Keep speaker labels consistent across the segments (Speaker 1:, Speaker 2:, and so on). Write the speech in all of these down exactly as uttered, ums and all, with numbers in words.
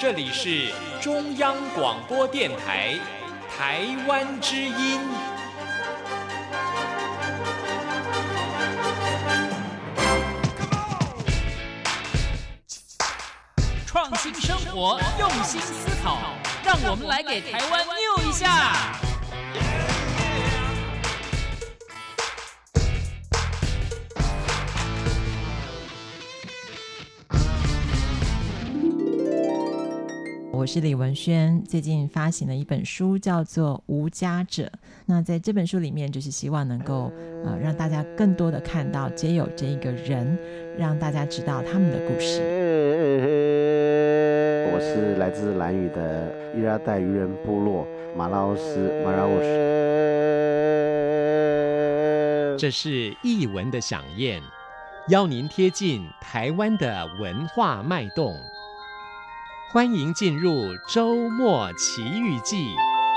Speaker 1: 这里是中央广播电台台湾之音。
Speaker 2: 创新生活，用心思考，让我们来给台湾 new 一下。
Speaker 3: 我是李文轩，最近发行了一本书叫做《无家者》。那在这本书里面，就是希望能够呃让大家更多的看到皆有这一个人，让大家知道他们的故事。
Speaker 4: 我是来自兰屿的伊拉代渔人部落马拉欧斯马拉欧斯。
Speaker 5: 这是艺文的飨宴，邀您贴近台湾的文化脉动。欢迎进入周末奇遇记。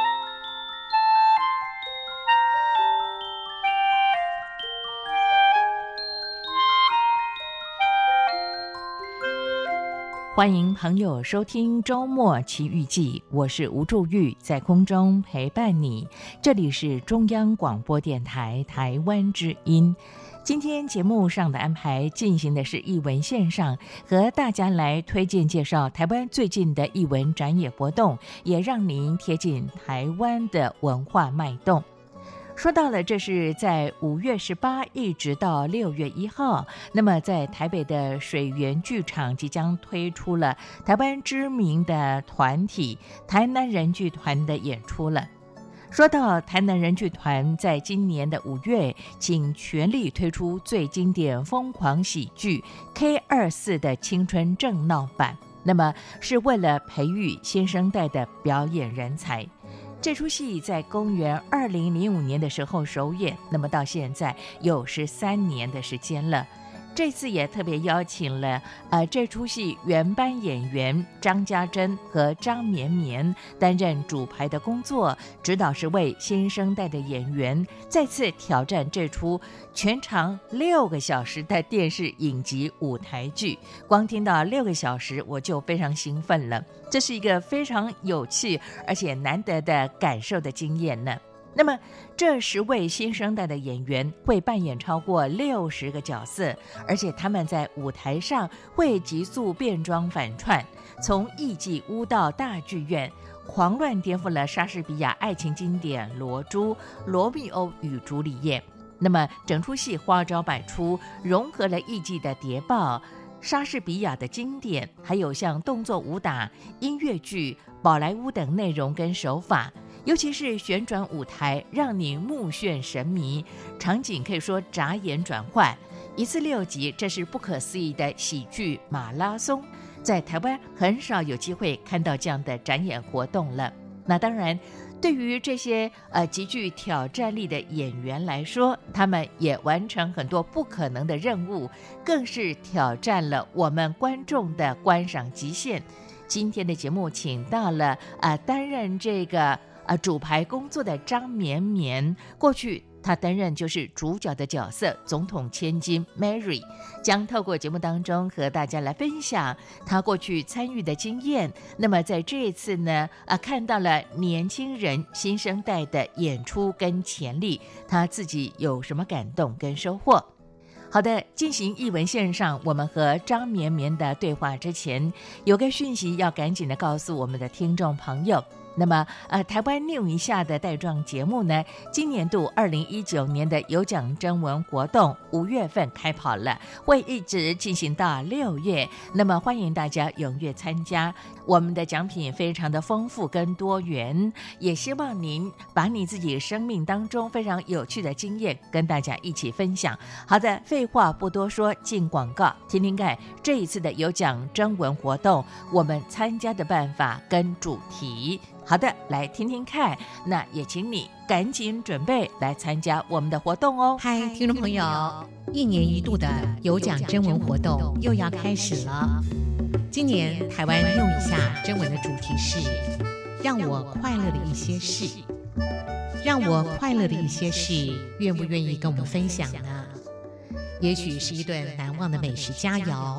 Speaker 6: 欢迎朋友收听周末奇遇记，我是吴祝玉，在空中陪伴你。这里是中央广播电台台湾之音。今天节目上的安排进行的是艺文线上，和大家来推荐介绍台湾最近的艺文展演活动，也让您贴近台湾的文化脉动。说到了，这是在五月十八一直到六月一号，那么在台北的水源剧场即将推出了台湾知名的团体台南人剧团的演出了。说到台南人剧团，在今年的五月，请全力推出最经典疯狂喜剧 K 二十四 的青春正闹版，那么是为了培育新生代的表演人才。这出戏在公元二零零五年的时候首演，那么到现在有十三年的时间了。这次也特别邀请了呃这出戏原班演员张家珍和张绵绵担任主排的工作，指导是为新生代的演员再次挑战这出全长六个小时的电视影集舞台剧。光听到六个小时我就非常兴奋了，这是一个非常有趣而且难得的感受的经验呢。那么这十位新生代的演员会扮演超过六十个角色，而且他们在舞台上会急速变装反串，从艺伎屋到大剧院，狂乱颠覆了莎士比亚爱情经典《罗珠》罗密欧与朱丽叶。那么整出戏花招百出，融合了艺伎的谍报、莎士比亚的经典，还有像动作武打、音乐剧、宝莱坞等内容跟手法，尤其是旋转舞台让你目眩神迷，场景可以说眨眼转换，一次六集，这是不可思议的喜剧马拉松。在台湾很少有机会看到这样的展演活动了。那当然对于这些呃极具挑战力的演员来说，他们也完成很多不可能的任务，更是挑战了我们观众的观赏极限。今天的节目请到了呃担任这个呃主排工作的张绵绵，过去他担任就是主角的角色总统千金 Mary， 将透过节目当中和大家来分享他过去参与的经验。那么在这一次呢啊，看到了年轻人新生代的演出跟潜力，他自己有什么感动跟收获？好的，进行艺文线上我们和张绵绵的对话之前，有个讯息要赶紧的告诉我们的听众朋友。那么呃，台湾 new 一下的带状节目呢，今年度二零一九年的有奖征文活动五月份开跑了，会一直进行到六月，那么欢迎大家踊跃参加。我们的奖品非常的丰富跟多元，也希望您把你自己生命当中非常有趣的经验跟大家一起分享。好的，废话不多说，进广告，听听看这一次的有奖征文活动我们参加的办法跟主题。好的，来听听看，那也请你赶紧准备来参加我们的活动哦。
Speaker 7: 嗨，听众朋友，一年一度的有奖征文活动又要开始了。今年台湾用一下征文的主题是让我快乐的一些事。让我快乐的一些事，愿不愿意跟我们分享呢？也许是一顿难忘的美食佳肴，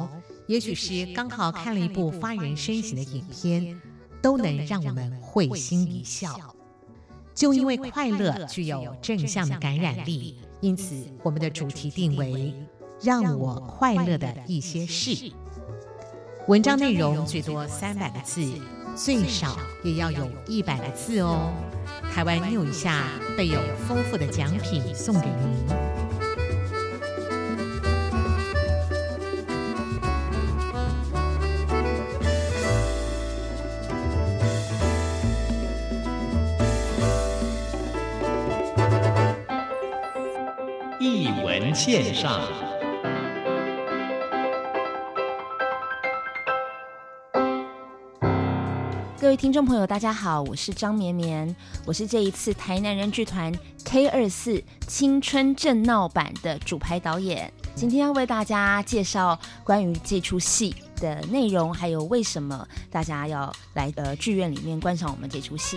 Speaker 7: 也许是刚好看了一部发人深省的影片，都能让我们会心一笑。就因为快乐具有正向的感染力，因此我们的主题定为让我快乐的一些事。文章内容最多三百个字，最少也要有一百个字哦。台湾妞一下备有丰富的奖品送给您。
Speaker 5: 艺文线上，
Speaker 8: 各位听众朋友大家好，我是张绵绵，我是这一次台南人剧团 K 二十四 青春正闹版的主排导演。今天要为大家介绍关于这出戏的内容，还有为什么大家要来呃剧院里面观赏我们这出戏。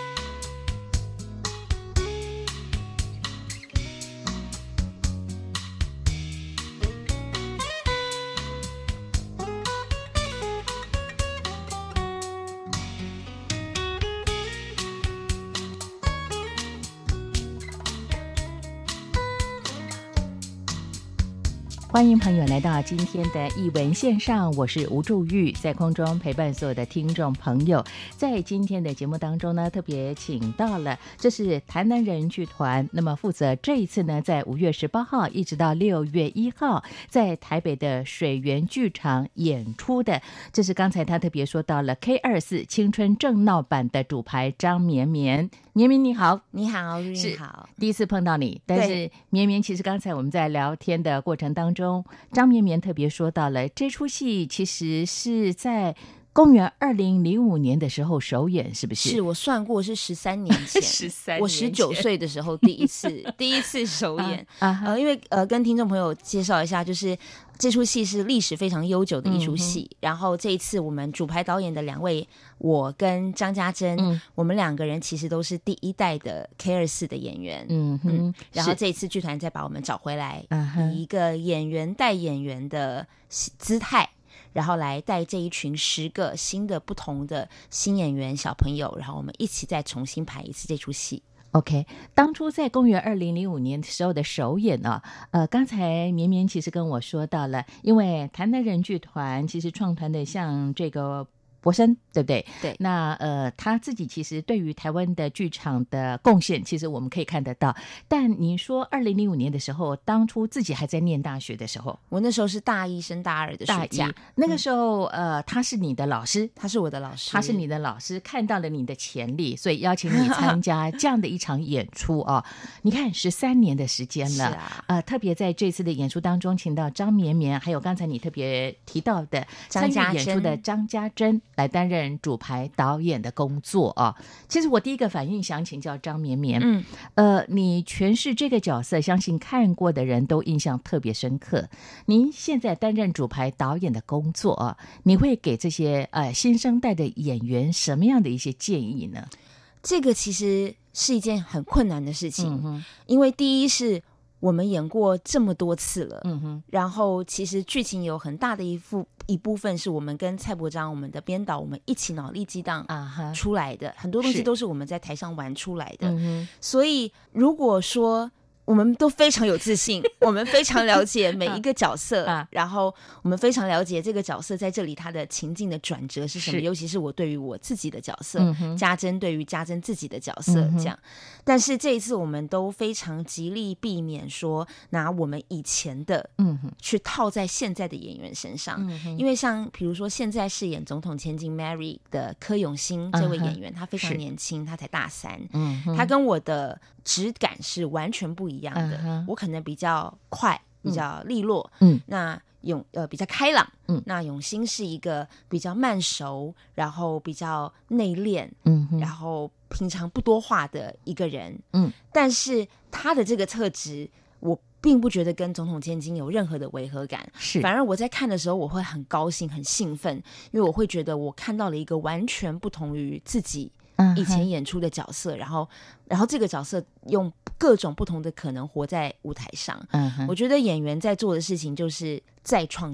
Speaker 6: 欢迎朋友来到今天的艺文线上，我是吴祝玉，在空中陪伴所有的听众朋友。在今天的节目当中呢，特别请到了这是台南人剧团，那么负责这一次呢，在五月十八号一直到六月一号，在台北的水源剧场演出的，这是刚才他特别说到了 K 二十四 青春正闹版的主排张绵绵。绵绵你好。
Speaker 8: 你好，你好。
Speaker 6: 第一次碰到你，但是绵绵其实刚才我们在聊天的过程当中，张绵绵特别说到了这出戏其实是在公元二零零五年的时候首演，是不是？
Speaker 8: 是，我算过是十三年前，
Speaker 6: 十三，
Speaker 8: 我十九岁的时候第一次第一次首演。啊、呃，因为呃，跟听众朋友介绍一下，就是这出戏是历史非常悠久的一出戏。嗯、然后这一次我们主排导演的两位，我跟张家珍，嗯、我们两个人其实都是第一代的 K 二十四 的演员。嗯嗯，然后这一次剧团再把我们找回来，以一个演员带演员的姿态。然后来带这一群十个新的不同的新演员小朋友，然后我们一起再重新排一次这出戏。
Speaker 6: OK， 当初在公元二零零五年时候的首演呢、啊，呃，刚才绵绵其实跟我说到了，因为台南人剧团其实创团的像这个博生，对不对？
Speaker 8: 对。
Speaker 6: 那呃，他自己其实对于台湾的剧场的贡献，其实我们可以看得到。但你说二零零五年的时候，当初自己还在念大学的时候，
Speaker 8: 我那时候是大一升大二的暑假，
Speaker 6: 大那个时候、嗯、呃，他是你的老师，
Speaker 8: 他是我的老师，
Speaker 6: 他是你的老师，看到了你的潜力，所以邀请你参加这样的一场演出啊。你看，十三年的时间了，
Speaker 8: 啊、
Speaker 6: 呃，特别在这次的演出当中，请到张绵绵，还有刚才你特别提到的参与演出的张家珍来担任主排导演的工作啊。其实我第一个反应想请教张绵绵，嗯，呃，你诠释这个角色，相信看过的人都印象特别深刻。您现在担任主排导演的工作啊，你会给这些呃新生代的演员什么样的一些建议呢？
Speaker 8: 这个其实是一件很困难的事情，嗯、因为第一是我们演过这么多次了，嗯哼，然后其实剧情有很大的一部一部分是我们跟蔡伯章我们的编导我们一起脑力激荡出来的， uh-huh. 很多东西都是我们在台上玩出来的，嗯、所以如果说我们都非常有自信，我们非常了解每一个角色、啊、然后我们非常了解这个角色在这里他的情境的转折是什么，尤其是我对于我自己的角色、嗯、家珍对于家珍自己的角色、嗯、这样。但是这一次我们都非常极力避免说拿我们以前的去套在现在的演员身上、嗯、因为像比如说现在饰演总统千金 Mary 的柯永兴这位演员、嗯、他非常年轻，他才大三、嗯、他跟我的质感是完全不一样的、uh-huh. 我可能比较快比较利落，嗯，那永呃比较开朗，嗯，那永兴是一个比较慢熟，然后比较内敛，嗯，然后平常不多话的一个人，嗯，但是他的这个特质我并不觉得跟总统千金有任何的违和感，是，反而我在看的时候我会很高兴很兴奋，因为我会觉得我看到了一个完全不同于自己以前演出的角色、uh-huh. 然后然后这个角色用各种不同的可能活在舞台上、uh-huh. 我觉得演员在做的事情就是再创造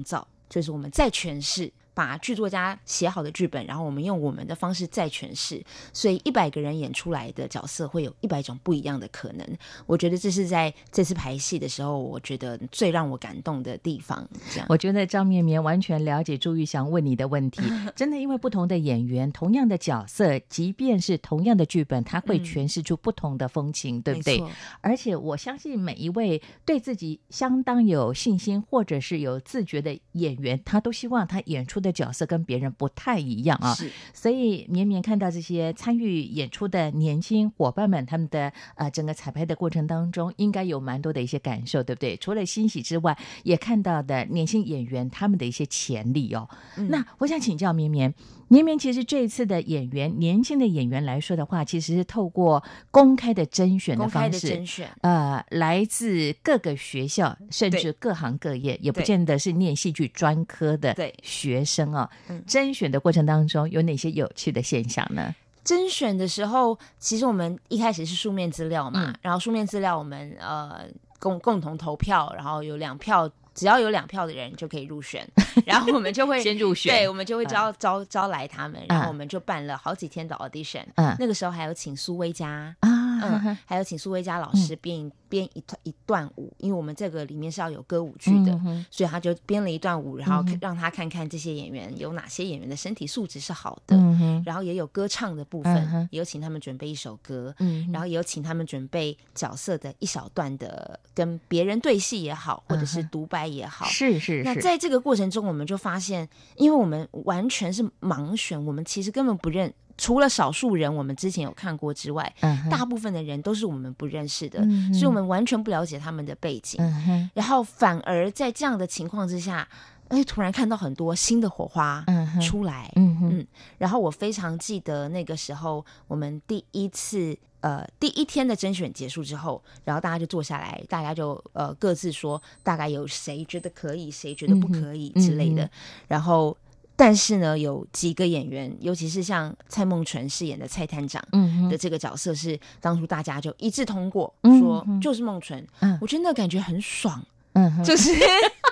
Speaker 8: 就是我们再诠释，把剧作家写好的剧本，然后我们用我们的方式再诠释，所以一百个人演出来的角色会有一百种不一样的可能。我觉得这是在这次排戏的时候，我觉得最让我感动的地方。这样，
Speaker 6: 我觉得张绵绵完全了解朱玉祥问你的问题，真的，因为不同的演员，同样的角色，即便是同样的剧本，他会诠释出不同的风情，嗯、对不对？而且我相信每一位对自己相当有信心或者是有自觉的演员，他都希望他演出的角色跟别人不太一样啊。所以绵绵看到这些参与演出的年轻伙伴们，他们的呃整个彩排的过程当中，应该有蛮多的一些感受，对不对？除了欣喜之外，也看到的年轻演员他们的一些潜力哦。嗯、那我想请教绵绵，绵绵其实这一次的演员，年轻的演员来说的话，其实是透过公开的甄选的方式，公开的甄选，呃，来自各个学校，甚至各行各业，也不见得是念戏剧专科的学生哦。甄选的过程当中，有哪些有趣的现象呢？
Speaker 8: 甄选的时候，其实我们一开始是书面资料嘛，嗯、然后书面资料我们呃共共同投票，然后有两票。只要有两票的人就可以入选，然后我们就会
Speaker 6: 先入选，
Speaker 8: 对，我们就会招、嗯、招招来他们，然后我们就办了好几天的 audition，、嗯、那个时候还有请苏威嘉啊，嗯，还有请苏威嘉老师编、嗯、编一一段舞，因为我们这个里面是要有歌舞剧的，嗯、所以他就编了一段舞，然后让他看看这些演员有哪些演员的身体素质是好的，嗯、然后也有歌唱的部分，嗯、也有请他们准备一首歌，嗯、然后也有请他们准备角色的一小段的跟别人对戏也好，或者是独白也好，
Speaker 6: 是是是。
Speaker 8: 那在这个过程中，我们就发现，因为我们完全是盲选，我们其实根本不认，除了少数人我们之前有看过之外，嗯、大部分的人都是我们不认识的，嗯、所以我们完全不了解他们的背景，嗯、然后反而在这样的情况之下，哎，突然看到很多新的火花出来，嗯嗯，然后我非常记得那个时候，我们第一次。呃，第一天的甄选结束之后，然后大家就坐下来，大家就呃各自说大概有谁觉得可以，谁觉得不可以之类的。嗯、然后，但是呢，有几个演员，尤其是像蔡孟纯饰演的蔡探长的这个角色，是当初大家就一致通过，嗯、说就是孟纯。嗯、我觉得那感觉很爽，嗯、就是。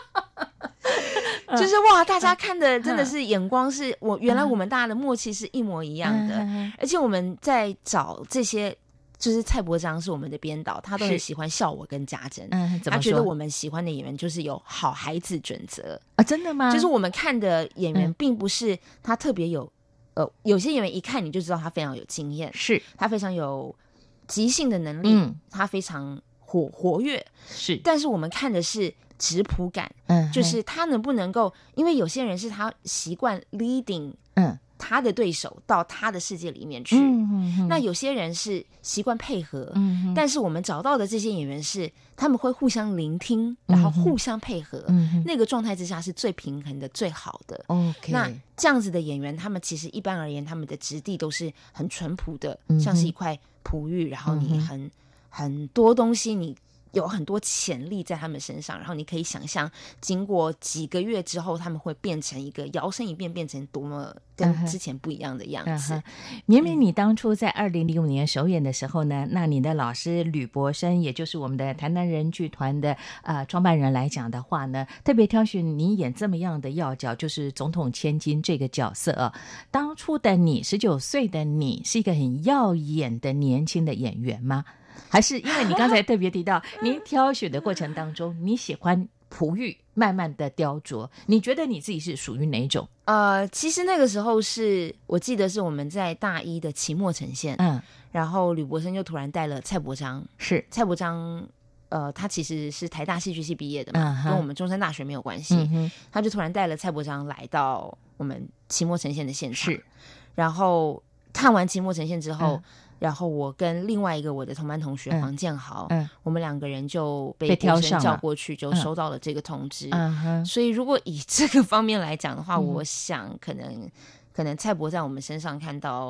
Speaker 8: 就是哇，大家看的真的是眼光是我原来我们大家的默契是一模一样的，而且我们在找这些，就是蔡伯章是我们的编导，他都很喜欢笑我跟家珍，嗯，他觉得我们喜欢的演员就是有好孩子准则
Speaker 6: 啊，真的吗？
Speaker 8: 就是我们看的演员并不是他特别有，呃，有些演员一看你就知道他非常有经验，
Speaker 6: 是
Speaker 8: 他非常有即兴的能力，嗯、他非常活活跃，
Speaker 6: 是，
Speaker 8: 但是我们看的是。质朴感，嗯，就是他能不能够，因为有些人是他习惯 leading， 嗯，他的对手到他的世界里面去，嗯嗯嗯、那有些人是习惯配合，嗯，但是我们找到的这些演员是他们会互相聆听，然后互相配合，嗯，那个状态之下是最平衡的、最好的。
Speaker 6: OK，
Speaker 8: 那这样子的演员，他们其实一般而言，他们的质地都是很淳朴的，嗯、像是一块璞玉，然后你很、嗯、很多东西你。有很多潜力在他们身上，然后你可以想象经过几个月之后他们会变成一个摇身一变变成多么跟之前不一样的样子。uh-huh.
Speaker 6: 绵绵你当初在二零零五年首演的时候呢，那你的老师吕博生也就是我们的台南人剧团的呃创办人来讲的话呢，特别挑选你演这么样的要角，就是总统千金这个角色啊。当初的你十九岁的你是一个很耀眼的年轻的演员吗？还是因为你刚才特别提到您挑选的过程当中你喜欢璞玉慢慢的雕琢，你觉得你自己是属于哪种？
Speaker 8: 呃，其实那个时候是我记得是我们在大一的期末呈现，嗯，然后吕博生就突然带了蔡伯章，
Speaker 6: 是蔡
Speaker 8: 伯章呃，他其实是台大戏剧系毕业的嘛，嗯、跟我们中山大学没有关系，嗯、他就突然带了蔡伯章来到我们期末呈现的现场，是，然后看完期末呈现之后。嗯然后我跟另外一个我的同班同学黄建豪、嗯嗯、我们两个人就被博生叫过去，就收到了这个通知、嗯、所以如果以这个方面来讲的话、嗯、我想可能可能蔡伯在我们身上看到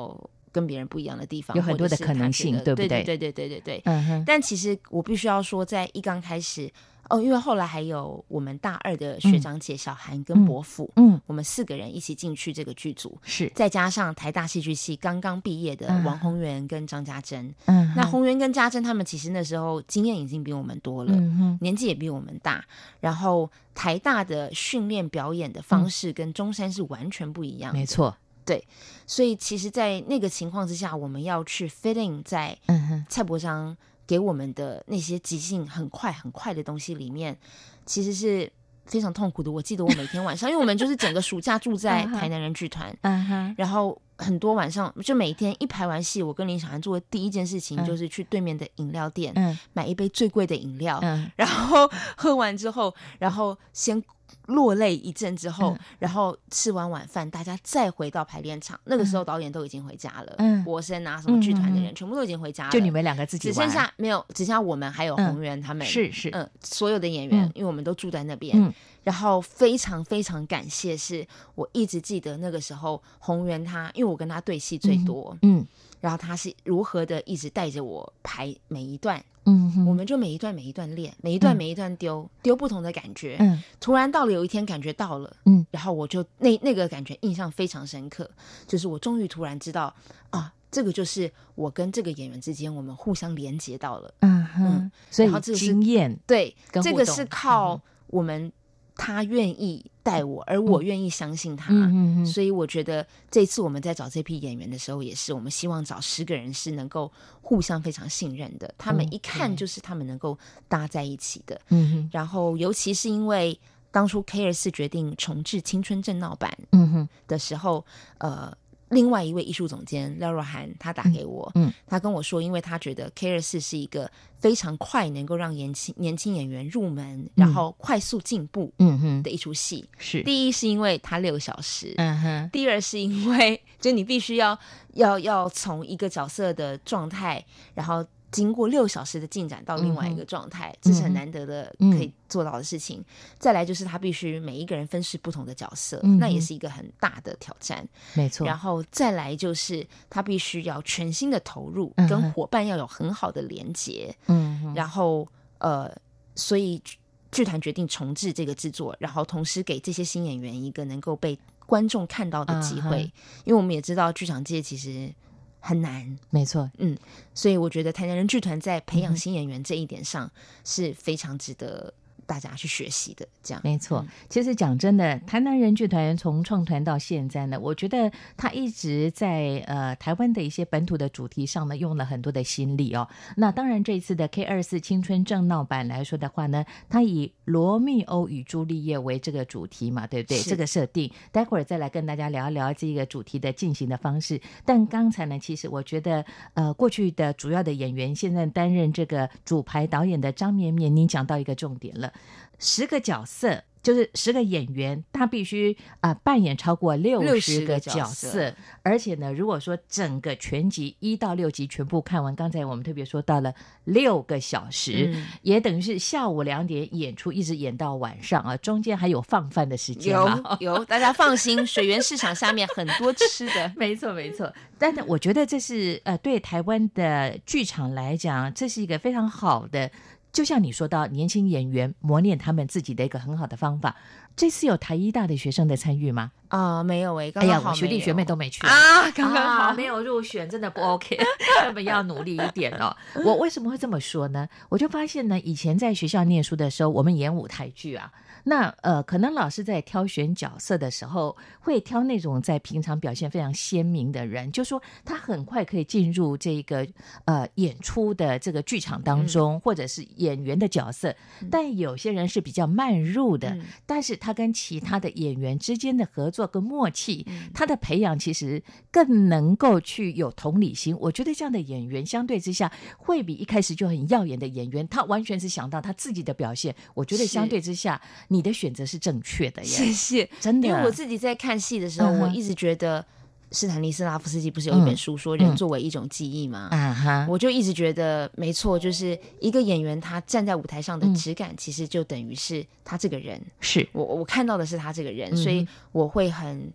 Speaker 8: 跟别人不一样的地方，
Speaker 6: 有很多的可能性，对不对？
Speaker 8: 对对对对对对对。
Speaker 6: 嗯哼。
Speaker 8: 但其实我必须要说，在一刚开始。哦，因为后来还有我们大二的学长姐小韩跟伯父，嗯，嗯我们四个人一起进去这个剧组，
Speaker 6: 是
Speaker 8: 再加上台大戏剧系刚刚毕业的王宏源跟张家珍，
Speaker 6: 嗯，
Speaker 8: 那宏源跟家珍他们其实那时候经验已经比我们多了，嗯，年纪也比我们大，然后台大的训练表演的方式跟中山是完全不一样的，
Speaker 6: 没错，
Speaker 8: 对，所以其实，在那个情况之下，我们要去 fit in 在蔡伯章给我们的那些即兴很快很快的东西里面，其实是非常痛苦的。我记得我每天晚上，因为我们就是整个暑假住在台南人剧团，uh-huh. 然后很多晚上就每天一排完戏，我跟林小涵做的第一件事情就是去对面的饮料店、uh-huh. 买一杯最贵的饮料， uh-huh. 然后喝完之后，然后先落泪一阵之后、嗯、然后吃完晚饭大家再回到排练场，那个时候导演都已经回家了，嗯，博生啊什么剧团的人、嗯、全部都已经回家了，
Speaker 6: 就你们两个自己玩，
Speaker 8: 只剩下没有，只剩下我们还有宏源他们、
Speaker 6: 嗯、是是
Speaker 8: 嗯，所有的演员、嗯、因为我们都住在那边、嗯、然后非常非常感谢，是我一直记得那个时候宏源他，因为我跟他对戏最多， 嗯, 嗯然后他是如何的一直带着我排每一段，嗯，我们就每一段每一段练，每一段每一段丢、嗯、丢不同的感觉，嗯，突然到了有一天感觉到了，嗯，然后我就那那个感觉印象非常深刻，就是我终于突然知道啊，这个就是我跟这个演员之间我们互相连接到了，嗯
Speaker 6: 嗯，所以经验
Speaker 8: 对，这个是靠我们他愿意带我，而我愿意相信他、嗯、所以我觉得这次我们在找这批演员的时候也是，我们希望找十个人是能够互相非常信任的，他们一看就是他们能够搭在一起的、嗯、然后尤其是因为当初 K 二十四 决定重置青春正闹版的时候、嗯、呃另外一位艺术总监廖若涵他打给我、嗯嗯、他跟我说，因为他觉得 K 二十四 是一个非常快能够让年轻年轻演员入门、嗯、然后快速进步的一出戏、嗯、是第一是因为它六小时、嗯、哼第二是因为就你必须要要要从一个角色的状态，然后经过六小时的进展到另外一个状态、嗯、这是很难得的可以做到的事情、嗯、再来就是他必须每一个人分饰不同的角色、嗯、那也是一个很大的挑战，
Speaker 6: 没错，
Speaker 8: 然后再来就是他必须要全心的投入、嗯、跟伙伴要有很好的连结，嗯，然后呃，所以剧团决定重置这个制作，然后同时给这些新演员一个能够被观众看到的机会、嗯、因为我们也知道剧场界其实很难，
Speaker 6: 没错，
Speaker 8: 嗯，所以我觉得台南人剧团在培养新演员这一点上是非常值得大家去学习的，这样
Speaker 6: 没错、嗯、其实讲真的，台南人剧团从创团到现在呢，我觉得他一直在呃台湾的一些本土的主题上呢用了很多的心力哦。那当然这一次的 K 二十四 青春正闹版来说的话呢，他以罗密欧与朱丽叶为这个主题嘛，对不对？这个设定待会儿再来跟大家聊一聊这个主题的进行的方式。但刚才呢，其实我觉得呃过去的主要的演员现在担任这个主排导演的张绵绵，您讲到一个重点了，十个角色就是十个演员，他必须啊、呃、扮演超过六十个角色，角色而且呢，如果说整个全集一到六集全部看完，刚才我们特别说到了六个小时、嗯、也等于是下午两点演出，一直演到晚上啊，中间还有放饭的时间
Speaker 8: 有有，大家放心，水源市场下面很多吃的，
Speaker 6: 没错没错。但是我觉得这是呃对台湾的剧场来讲，这是一个非常好的。就像你说到年轻演员磨练他们自己的一个很好的方法，这次有台医大的学生的参与吗？
Speaker 8: 啊、呃，没有诶、欸，刚刚好没有。
Speaker 6: 哎呀，我学弟学妹都没去
Speaker 8: 啊，刚刚好、
Speaker 6: 啊、没有入选，真的不 OK， 他们要努力一点哦。我为什么会这么说呢？我就发现呢，以前在学校念书的时候，我们演舞台剧啊，那呃，可能老师在挑选角色的时候，会挑那种在平常表现非常鲜明的人，就说他很快可以进入这个呃演出的这个剧场当中、嗯，或者是演员的角色。但有些人是比较慢入的、嗯，但是他跟其他的演员之间的合作跟默契、嗯，他的培养其实更能够去有同理心。我觉得这样的演员相对之下，会比一开始就很耀眼的演员，他完全是想到他自己的表现。我觉得相对之下，你的选择是正确的耶。
Speaker 8: 谢谢，
Speaker 6: 真的。
Speaker 8: 因为我自己在看戏的时候，嗯、我一直觉得斯坦尼斯拉夫斯基不是有一本书说人作为一种记忆吗？嗯嗯、我就一直觉得没错，就是一个演员他站在舞台上的质感，其实就等于是他这个人。
Speaker 6: 是
Speaker 8: 我我看到的是他这个人，嗯、所以我会很。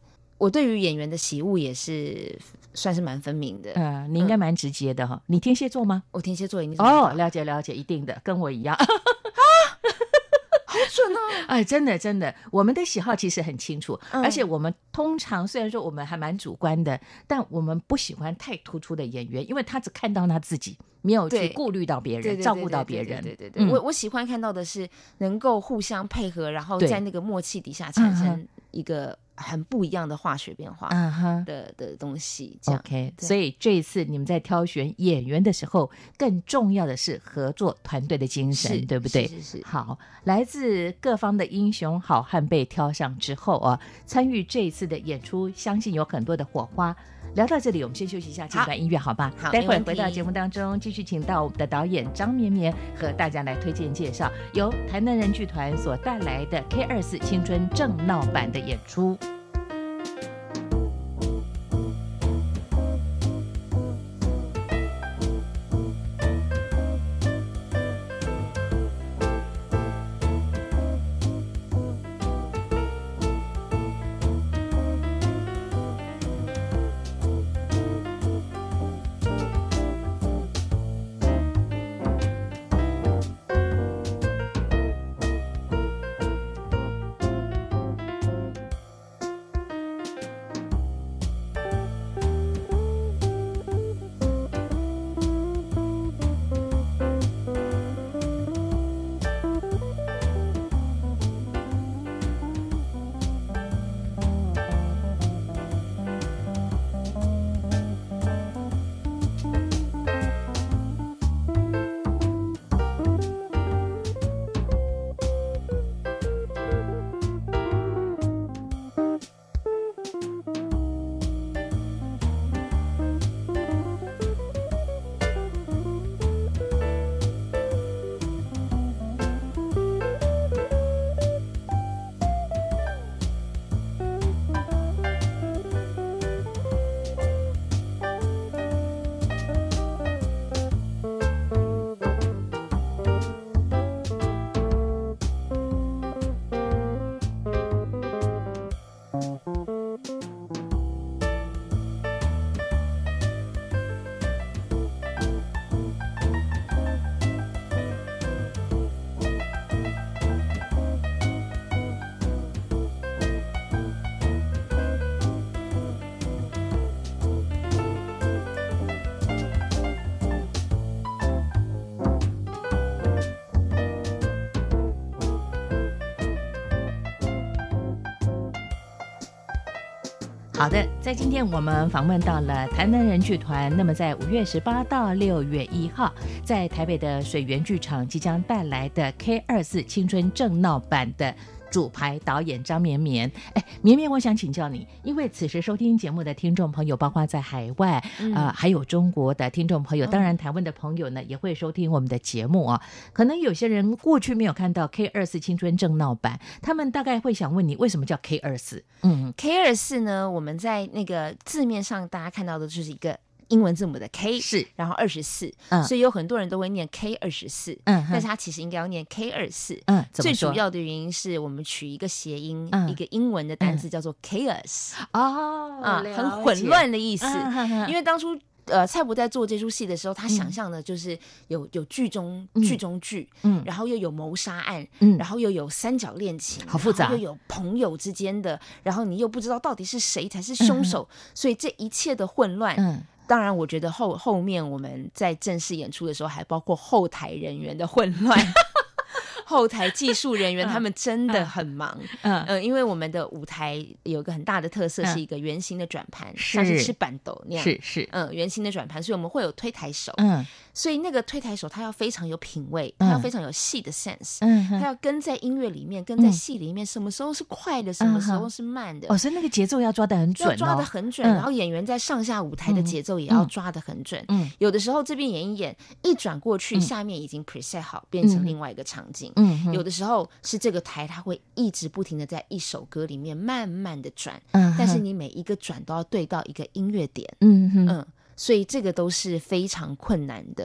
Speaker 8: 我对于演员的喜恶也是算是蛮分明的。
Speaker 6: 呃，你应该蛮直接的哈、嗯。你天蝎座吗？
Speaker 8: 我天蝎座一定是
Speaker 6: 哦，了解了解，一定的，跟我一样。
Speaker 8: 好准哦！
Speaker 6: 哎，真的真的，我们的喜好其实很清楚、嗯，而且我们通常虽然说我们还蛮主观的，但我们不喜欢太突出的演员，因为他只看到他自己，没有去顾虑到别人，
Speaker 8: 对对对对
Speaker 6: 照顾到别人。
Speaker 8: 对对对对、嗯，我我喜欢看到的是能够互相配合，然后在那个默契底下产生一个很不一样的化学变化的、uh-huh. 的东西。
Speaker 6: OK， 所以这一次你们在挑选演员的时候，更重要的是合作团队的精神，对不对？
Speaker 8: 是是是。
Speaker 6: 好，来自各方的英雄好汉被挑上之后啊，参与这一次的演出，相信有很多的火花。聊到这里，我们先休息一下，进段音乐，好吧？
Speaker 8: 好，
Speaker 6: 待会儿回到节目当中，继续请到我们的导演张绵绵和大家来推荐介绍由台南人剧团所带来的 K 二十四 青春正闹版的演出。好的，在今天我们访问到了台南人剧团，那么在五月十八到六月一号，在台北的水源剧场即将带来的 K 二十四 青春正闹版的主排导演张绵绵。哎，绵绵，我想请教你，因为此时收听节目的听众朋友，包括在海外，嗯、呃，还有中国的听众朋友，当然台湾的朋友呢、嗯、也会收听我们的节目啊。可能有些人过去没有看到 K 二十四 青春正闹版，他们大概会想问你，为什么叫 K 二十四？
Speaker 8: 嗯 ，K 二十四呢，我们在那个字面上大家看到的就是一个英文字母的 K，
Speaker 6: 是，
Speaker 8: 然后二十四，
Speaker 6: 嗯，
Speaker 8: 所以有很多人都会念 K 二十四，嗯，但是它其实应该要念 K 二十四，
Speaker 6: 嗯，
Speaker 8: 最主要的原因是我们取一个谐音，嗯、一个英文的单字叫做 chaos，
Speaker 6: 哦，
Speaker 8: 啊，很混乱的意思，
Speaker 6: 嗯、
Speaker 8: 因为当初。呃，蔡伯在做这出戏的时候，他想象的就是有有剧中、嗯、剧中剧，嗯，然后又有谋杀案，嗯，然后又有三角恋情，
Speaker 6: 好复杂，
Speaker 8: 又有朋友之间的，然后你又不知道到底是谁才是凶手，嗯、所以这一切的混乱，嗯。当然，我觉得后后面我们在正式演出的时候，还包括后台人员的混乱。后台技术人员他们真的很忙，嗯嗯、呃，因为我们的舞台有一个很大的特色，是一个圆形的转盘，像是吃板豆那样，
Speaker 6: 是是，
Speaker 8: 嗯，圆形的转盘，所以我们会有推台手，
Speaker 6: 嗯，
Speaker 8: 所以那个推台手他要非常有品味，他要非常有戏的 sense，嗯，他要跟在音乐里面，跟在戏里面，什么时候是快的，什么时候是慢的，
Speaker 6: 哦，所以那个节奏要抓得很准，
Speaker 8: 要抓得很准，然后演员在上下舞台的节奏也要抓得很准，嗯，有的时候这边演一演，一转过去，下面已经 preset 好，变成另外一个场景，嗯，有的时候。是这个台它会一直不停的在一首歌里面慢慢的转，嗯，但是你每一个转都要对到一个音乐点，嗯嗯，所以这个都是非常困难的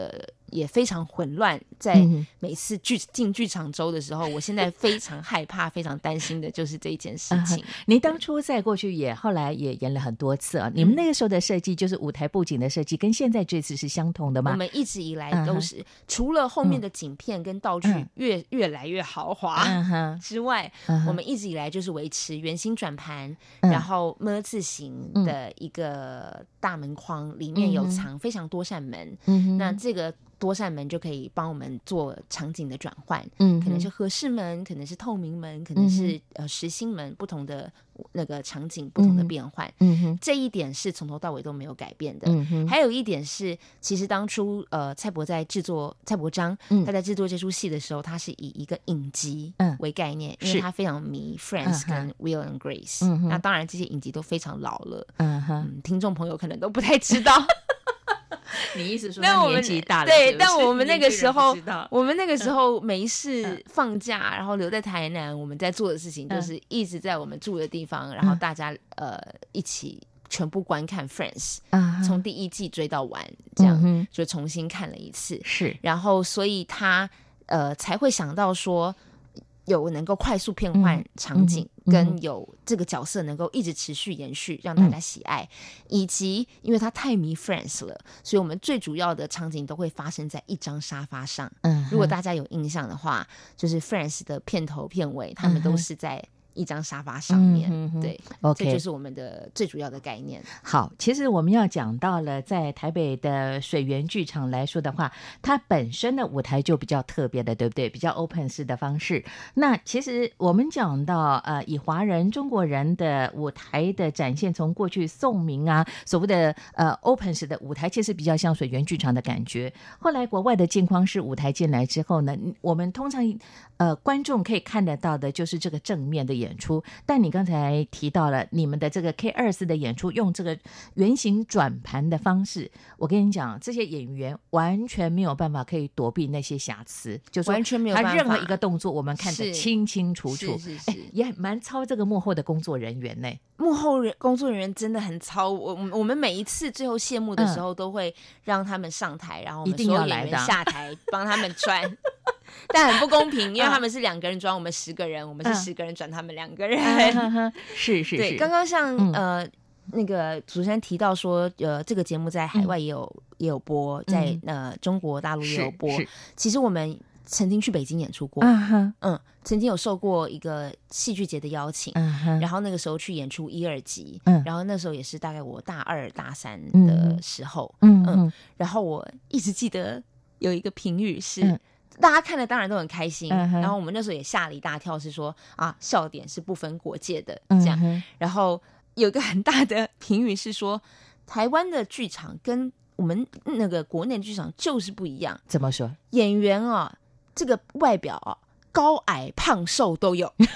Speaker 8: 也非常混乱，在每次剧进剧场周的时候，我现在非常害怕非常担心的就是这一件事情。
Speaker 6: 嗯、您当初在过去也后来也演了很多次啊，你们那个时候的设计就是舞台布景的设计跟现在这次是相同的吗？
Speaker 8: 我们一直以来都是、嗯、除了后面的景片跟道具越、嗯、越来越豪华之外、嗯、我们一直以来就是维持圆形转盘、嗯、然后么字形的一个大门框，里面有藏非常多扇门、嗯、那这个多扇门就可以帮我们做场景的转换，嗯，可能是和式门，可能是透明门，可能是、嗯、呃实心门，不同的那个场景不同的变换，嗯哼，这一点是从头到尾都没有改变的。嗯哼，还有一点是，其实当初呃蔡伯在制作蔡伯章、嗯、他在制作这出戏的时候，他是以一个影集为概念，嗯、因为他非常迷 Friends 跟 Will and Grace，、嗯、那当然这些影集都非常老了，嗯哼，嗯听众朋友可能都不太知道。
Speaker 6: 你意思说他年纪大了？
Speaker 8: 对，
Speaker 6: 是不是？
Speaker 8: 但我们那个时候，我们那个时候没事放假，嗯、然后留在台南，我们在做的事情就是一直在我们住的地方，嗯、然后大家呃一起全部观看 Friends，、嗯、从第一季追到完，这样、嗯、就重新看了一次。是，然后所以他呃才会想到说。有能够快速变换场景、嗯嗯、跟有这个角色能够一直持续延续让大家喜爱、嗯、以及因为他太迷 Friends 了，所以我们最主要的场景都会发生在一张沙发上、嗯、如果大家有印象的话，就是 Friends 的片头片尾他们都是在一张沙发上面、嗯、哼哼对、okay. 这就是我们的最主要的概念。
Speaker 6: 好，其实我们要讲到了在台北的水源剧场来说的话，它本身的舞台就比较特别的，对不对？比较 open 式的方式。那其实我们讲到呃，以华人中国人的舞台的展现，从过去宋明啊所谓的呃 open 式的舞台，其实比较像水源剧场的感觉。后来国外的镜框式舞台进来之后呢，我们通常呃观众可以看得到的就是这个正面的演出，但你刚才提到了你们的这个 K 二十四 的演出用这个圆形转盘的方式，我跟你讲，这些演员完全没有办法可以躲避那些瑕疵，就说
Speaker 8: 完全没有办法，
Speaker 6: 他任何一个动作我们看得清清楚楚，
Speaker 8: 是是是、
Speaker 6: 欸、也蛮操这个幕后的工作人员呢。
Speaker 8: 幕后人工作人员真的很操，我我们每一次最后谢幕的时候都会让他们上台、嗯、然后我们所有演员下台帮他们穿但很不公平，因为他们是两个人转我们十个人、嗯、我们是十个人转他们两个人、
Speaker 6: 嗯、是是是。
Speaker 8: 对，刚刚像、嗯、呃那个主持人提到说呃这个节目在海外也有、嗯、也有播，在、嗯、呃中国大陆也有播，其实我们曾经去北京演出过、uh-huh. 嗯，曾经有受过一个戏剧节的邀请、uh-huh. 然后那个时候去演出一二集、uh-huh. 然后那时候也是大概我大二大三的时候、uh-huh. 嗯，然后我一直记得有一个评语是、uh-huh. 大家看了当然都很开心、uh-huh. 然后我们那时候也吓了一大跳，是说啊笑点是不分国界的这样、uh-huh. 然后有一个很大的评语是说台湾的剧场跟我们那个国内的剧场就是不一样。
Speaker 6: 怎么说？
Speaker 8: 演员啊这个外表啊，高矮胖瘦都有，因为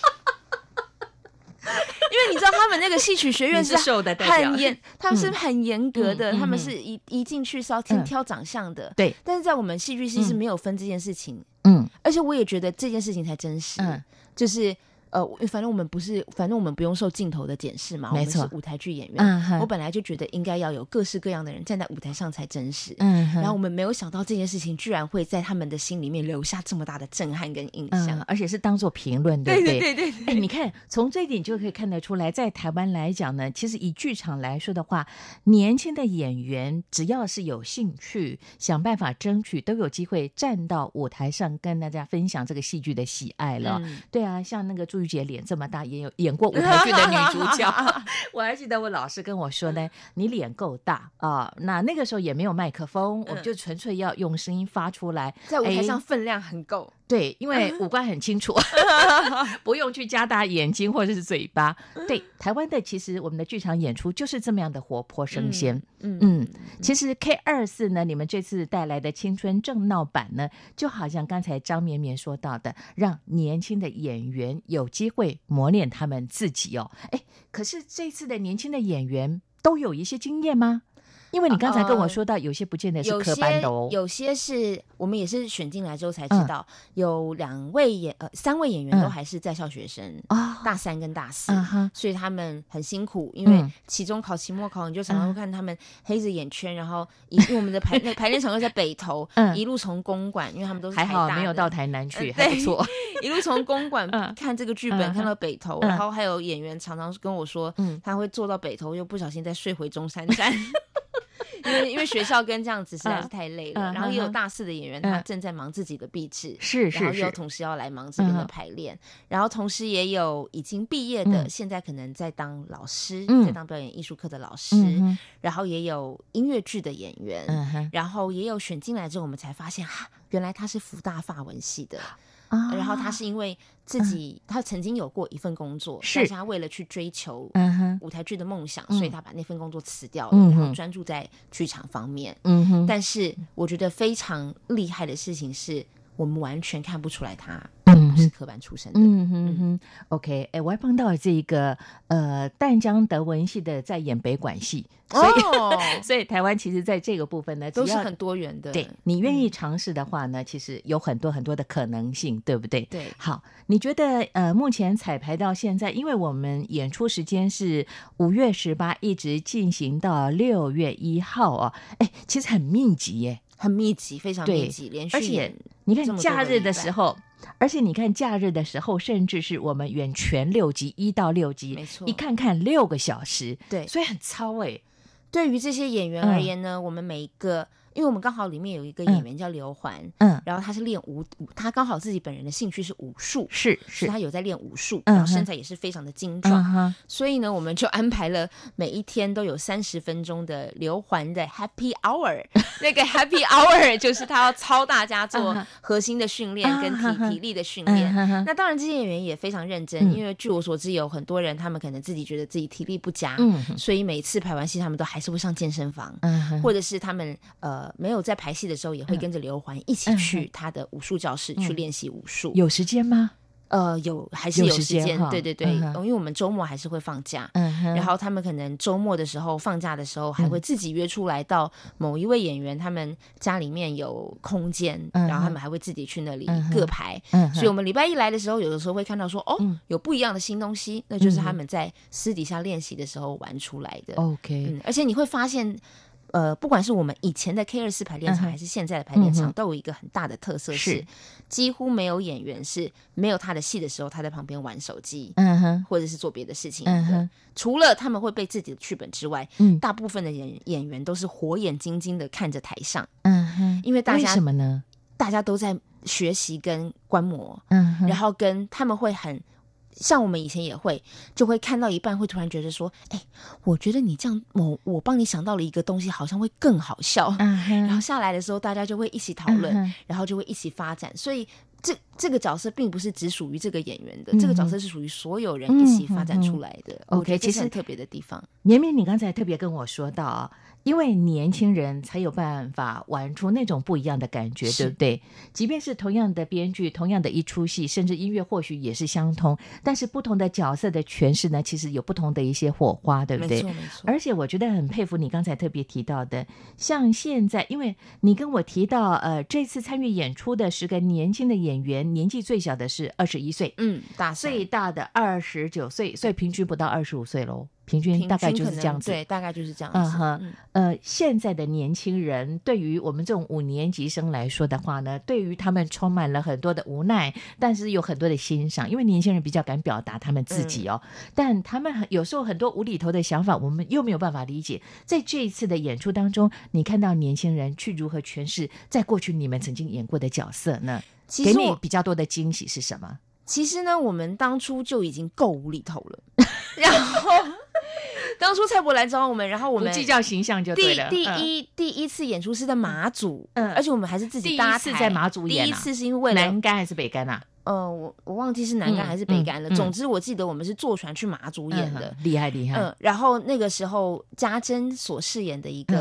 Speaker 8: 你知道他们那个戏曲学院是很严，他们是很严格的，嗯、他们是一一进去是要先挑长相的，对、嗯。但是在我们戏剧系是没有分这件事情，嗯，而且我也觉得这件事情才真实，嗯，就是呃，反正我们不是，反正我们不用受镜头的检视嘛，我们是舞台剧演员、嗯。我本来就觉得应该要有各式各样的人站在舞台上才真实。嗯，然后我们没有想到这件事情居然会在他们的心里面留下这么大的震撼跟印象，
Speaker 6: 嗯、而且是当作评论，对不对？
Speaker 8: 对对对对。
Speaker 6: 哎，你看从这一点就可以看得出来，在台湾来讲呢，其实以剧场来说的话，年轻的演员只要是有兴趣，想办法争取，都有机会站到舞台上跟大家分享这个戏剧的喜爱了。嗯、对啊，像那个朱玉洁脸这么大。也有演过舞台剧的女主角我还记得我老师跟我说呢，你脸够大啊、呃！那那个时候也没有麦克风、嗯、我们就纯粹要用声音发出来，
Speaker 8: 在舞台上分量很够。
Speaker 6: 对，因为五官很清楚不用去加大眼睛或者是嘴巴。对，台湾的其实我们的剧场演出就是这么样的活泼生鲜。嗯 嗯, 嗯，其实 K 二十四 呢，你们这次带来的青春正闹版呢，就好像刚才张绵绵说到的，让年轻的演员有机会磨练他们自己哦。哎，可是这次的年轻的演员都有一些经验吗？ 因为你刚才跟我说到，有些不见得是科班的哦，
Speaker 8: 有些, 有些是我们也是选进来之后才知道，嗯、有两位演呃三位演员都还是在校学生，嗯、大三跟大四，嗯、所以他们很辛苦，因为期中考、期末考，你就常常会看他们黑着眼圈，然后因为我们的排那排练场又在北投，嗯、一路从公馆，因为他们都是台大的，
Speaker 6: 还好没有到台南去，
Speaker 8: 呃、
Speaker 6: 还不错，
Speaker 8: 一路从公馆看这个剧本，嗯、看到北投，嗯、然后还有演员常常跟我说，嗯、他会坐到北投，又不小心再睡回中山站。因为因为学校跟这样子实在是太累了，嗯、然后也有大四的演员，嗯、他正在忙自己的毕制，
Speaker 6: 是是，
Speaker 8: 然后又同时要来忙这边的排练，嗯、然后同时也有已经毕业的，嗯、现在可能在当老师，嗯、在当表演艺术课的老师，嗯、然后也有音乐剧的演员，嗯、然后也有选进来之后，我们才发现哈，原来他是福大法文系的。啊、然后他是因为自己、嗯、他曾经有过一份工作，但是他为了去追求舞台剧的梦想，嗯、所以他把那份工作辞掉了，嗯、然后专注在剧场方面，嗯哼。但是我觉得非常厉害的事情是，我们完全看不出来他不是科班出身的。
Speaker 6: 嗯哼哼 OK， 哎，我还碰到这个呃淡江德文系的在演北管系，所以、哦、所以台湾其实在这个部分呢
Speaker 8: 都是很多元的。
Speaker 6: 对，你愿意尝试的话呢，嗯、其实有很多很多的可能性，对不对？
Speaker 8: 对。
Speaker 6: 好，你觉得呃目前彩排到现在，因为我们演出时间是五月十八一直进行到六月一号哦，哎，其实很密集耶。
Speaker 8: 很密集，非常密集，连续，
Speaker 6: 而且你看假日的时候，而且你看假日的时候，甚至是我们演全六集，一到六集，
Speaker 8: 没错，
Speaker 6: 一看看六个小时，
Speaker 8: 对，
Speaker 6: 所以很操哎。
Speaker 8: 对于这些演员而言呢，嗯、我们每一个。因为我们刚好里面有一个演员叫刘环，嗯，然后他是练武，他刚好自己本人的兴趣是武术，
Speaker 6: 是是，
Speaker 8: 他有在练武术，然后身材也是非常的精壮，嗯、所以呢，我们就安排了每一天都有三十分钟的刘环的 Happy Hour， 那个 Happy Hour 就是他要操大家做核心的训练跟体体力的训练。那当然，这些演员也非常认真，嗯、因为据我所知，有很多人他们可能自己觉得自己体力不佳，嗯、所以每次排完戏，他们都还是会上健身房，嗯、或者是他们呃。没有在排戏的时候，也会跟着刘环一起去他的武术教室去练习武术。
Speaker 6: 有时间吗？
Speaker 8: 呃，有还是有时间？
Speaker 6: 时间
Speaker 8: 对对对、嗯，因为我们周末还是会放假，嗯、然后他们可能周末的时候放假的时候，还会自己约出来到某一位演员他们家里面有空间，嗯、然后他们还会自己去那里各排。嗯、所以我们礼拜一来的时候，有的时候会看到说，哦，嗯、有不一样的新东西，那就是他们在私底下练习的时候玩出来的。
Speaker 6: OK，
Speaker 8: 嗯、而且你会发现。呃，不管是我们以前的 K 二四 排练场、嗯、还是现在的排练场、嗯、都有一个很大的特色是，是几乎没有演员是没有他的戏的时候他在旁边玩手机、嗯、哼或者是做别的事情、嗯、哼除了他们会背自己的剧本之外、嗯、大部分的演演员都是火眼金睛的看着台上，嗯哼，因为大家
Speaker 6: 为什么呢？
Speaker 8: 大家都在学习跟观摩，嗯哼，然后跟他们会很像我们以前也会，就会看到一半会突然觉得说，哎、欸，我觉得你这样，我我帮你想到了一个东西，好像会更好笑。Uh-huh. 然后下来的时候，大家就会一起讨论， uh-huh. 然后就会一起发展。所以这这个角色并不是只属于这个演员的，嗯、这个角色是属于所有人一起发展出来的。
Speaker 6: 嗯、OK，
Speaker 8: 其实很特别的地方。
Speaker 6: 绵绵，你刚才特别跟我说到啊。因为年轻人才有办法玩出那种不一样的感觉，对不对？即便是同样的编剧，同样的一出戏，甚至音乐或许也是相同，但是不同的角色的诠释呢，其实有不同的一些火花，对不对？
Speaker 8: 没错没错。
Speaker 6: 而且我觉得很佩服你刚才特别提到的，像现在，因为你跟我提到，呃，这次参与演出的十个年轻的演员，年纪最小的是二十一岁，
Speaker 8: 嗯，大
Speaker 6: 最大的二十九岁，所以平均不到二十五岁喽。平均大概就是这样子，
Speaker 8: 对，大概就是这样子。
Speaker 6: 嗯呃，现在的年轻人对于我们这种五年级生来说的话呢，对于他们充满了很多的无奈，但是有很多的欣赏，因为年轻人比较敢表达他们自己哦。嗯、但他们有时候很多无厘头的想法，我们又没有办法理解。在这一次的演出当中，你看到年轻人去如何诠释在过去你们曾经演过的角色呢？其实给你比较多的惊喜是什么？
Speaker 8: 其实呢，我们当初就已经够无厘头了，然后。当初蔡伯来找我们，然后我们
Speaker 6: 不计较形象就对了。
Speaker 8: 第第一、嗯、第一次演出是在马祖，嗯，而且我们还是自己搭台。
Speaker 6: 第一次在马祖演、啊，
Speaker 8: 第一次是因为为了
Speaker 6: 南竿还是北竿啊？
Speaker 8: 呃，我我忘记是南竿还是北竿了。嗯嗯、总之我记得我们是坐船去马祖演的，
Speaker 6: 嗯、厉害厉害。
Speaker 8: 嗯，然后那个时候家珍所饰演的一个。嗯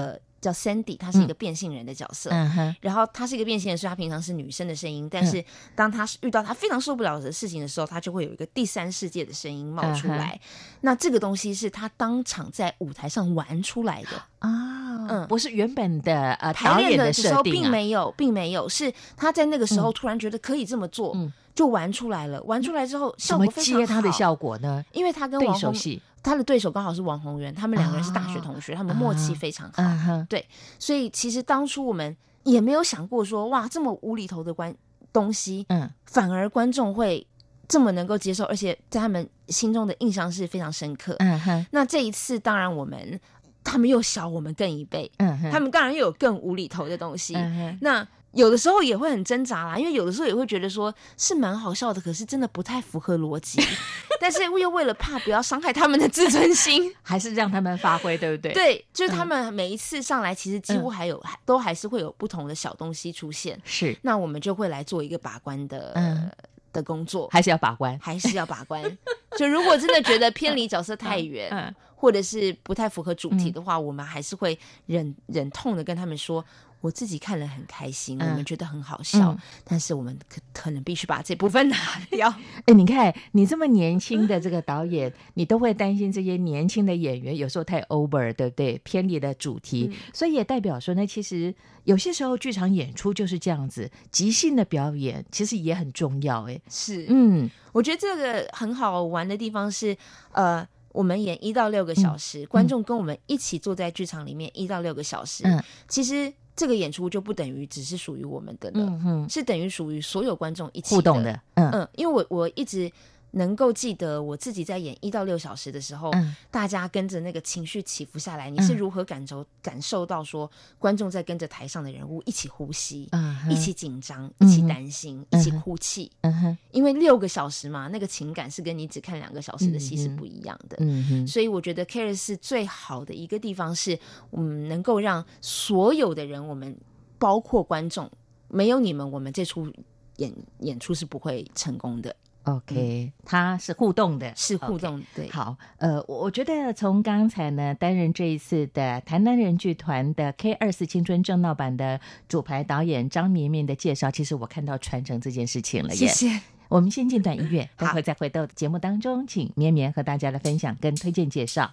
Speaker 8: 叫 Sandy， 她是一个变性人的角色，
Speaker 6: 嗯、
Speaker 8: 然后她是一个变性人，所以她平常是女生的声音，但是当她遇到她非常受不了的事情的时候，她就会有一个第三世界的声音冒出来、嗯、那这个东西是她当场在舞台上玩出来的
Speaker 6: 啊，嗯，不是原本的呃
Speaker 8: 排练的时候
Speaker 6: 并
Speaker 8: 没有并没有，是她在那个时候突然觉得可以这么做、嗯、就玩出来了，玩出来之后效果非常好。
Speaker 6: 怎么接她的效果呢？
Speaker 8: 因为她跟王宏他的对手刚好是王宏源，他们两个人是大学同学、啊、他们默契非常好、啊、对，所以其实当初我们也没有想过说哇这么无厘头的关东西、嗯、反而观众会这么能够接受，而且在他们心中的印象是非常深刻、嗯、那这一次当然我们他们又小我们更一倍、嗯、他们当然又有更无厘头的东西、嗯、那有的时候也会很挣扎啦，因为有的时候也会觉得说是蛮好笑的，可是真的不太符合逻辑但是又为了怕不要伤害他们的自尊心
Speaker 6: 还是让他们发挥，对不对？
Speaker 8: 对，就是他们每一次上来其实几乎还有、嗯、都还是会有不同的小东西出现，
Speaker 6: 是，
Speaker 8: 那我们就会来做一个把关的、嗯、的工作，
Speaker 6: 还是要把关
Speaker 8: 还是要把关就如果真的觉得偏离角色太远、嗯嗯、或者是不太符合主题的话、嗯、我们还是会忍忍痛的跟他们说我自己看了很开心、嗯、我们觉得很好笑、嗯、但是我们 可, 可能必须把这部分拿掉
Speaker 6: 哎，你看你这么年轻的这个导演你都会担心这些年轻的演员有时候太 over 对不对，偏离了主题、嗯、所以也代表说呢其实有些时候剧场演出就是这样子，即兴的表演其实也很重要。哎，
Speaker 8: 是，嗯，我觉得这个很好玩的地方是呃我们演一到六个小时、嗯、观众跟我们一起坐在剧场里面一到六个小时、嗯、其实这个演出就不等于只是属于我们的了、嗯嗯、是等于属于所有观众一起的
Speaker 6: 互动的。 嗯,
Speaker 8: 嗯因为我我一直能够记得我自己在演一到六小时的时候、嗯、大家跟着那个情绪起伏下来，你是如何感受、嗯、感受到说观众在跟着台上的人物一起呼吸、嗯、一起紧张、一起担心、嗯、一起哭泣、嗯、因为六个小时嘛，那个情感是跟你只看两个小时的戏是不一样的、嗯、所以我觉得 C A R E 是最好的一个地方是我们能够让所有的人，我们包括观众，没有你们我们这出 演, 演出是不会成功的。
Speaker 6: OK、嗯、它是互动的，
Speaker 8: 是互动、okay、对。
Speaker 6: 好，呃，我觉得从刚才呢担任这一次的台南人剧团的 K 二十四 青春正闹版的主排导演张绵绵的介绍，其实我看到传承这件事情了耶。
Speaker 8: 谢谢。
Speaker 6: 我们先进段音乐，待会再回到节目当中，请绵绵和大家来分享跟推荐介绍。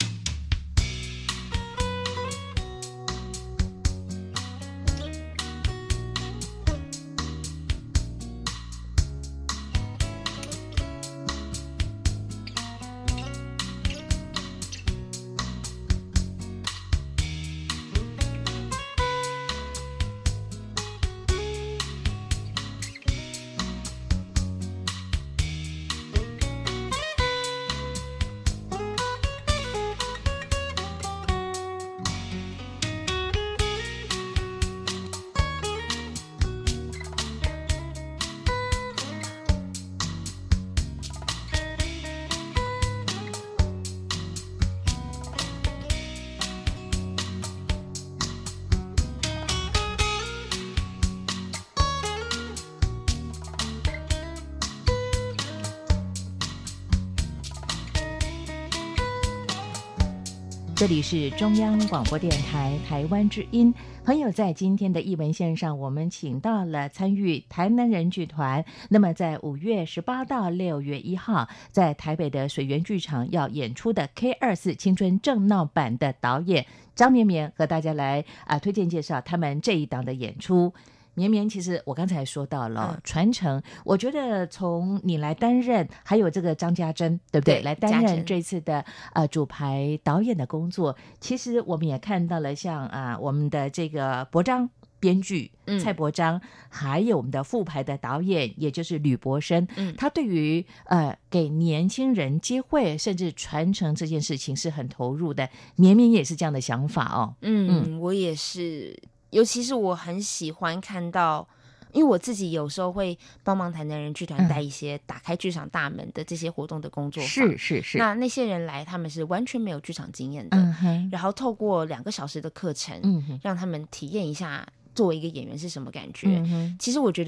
Speaker 6: 这里是中央广播电台台湾之音。朋友，在今天的艺文线上，我们请到了参与台南人剧团，那么在五月十八到六月一号在台北的水源剧场要演出的 K 二十四 青春正闹版的导演张绵绵，和大家来啊、呃、推荐介绍他们这一档的演出。绵绵，其实我刚才说到了、嗯、传承，我觉得从你来担任，还有这个张家珍，对不对？对，来担任这次的呃主排导演的工作，其实我们也看到了像啊、呃、我们的这个伯章编剧、嗯、蔡伯章，还有我们的副排的导演，也就是吕伯生，嗯，他对于呃给年轻人机会甚至传承这件事情是很投入的。绵绵也是这样的想法哦。
Speaker 8: 嗯, 嗯我也是。尤其是我很喜欢看到，因为我自己有时候会帮忙台南人剧团带一些打开剧场大门的这些活动的工作坊，
Speaker 6: 是是是。
Speaker 8: 那那些人来，他们是完全没有剧场经验的，嗯、然后透过两个小时的课程，嗯、让他们体验一下作为一个演员是什么感觉。嗯、其实我觉得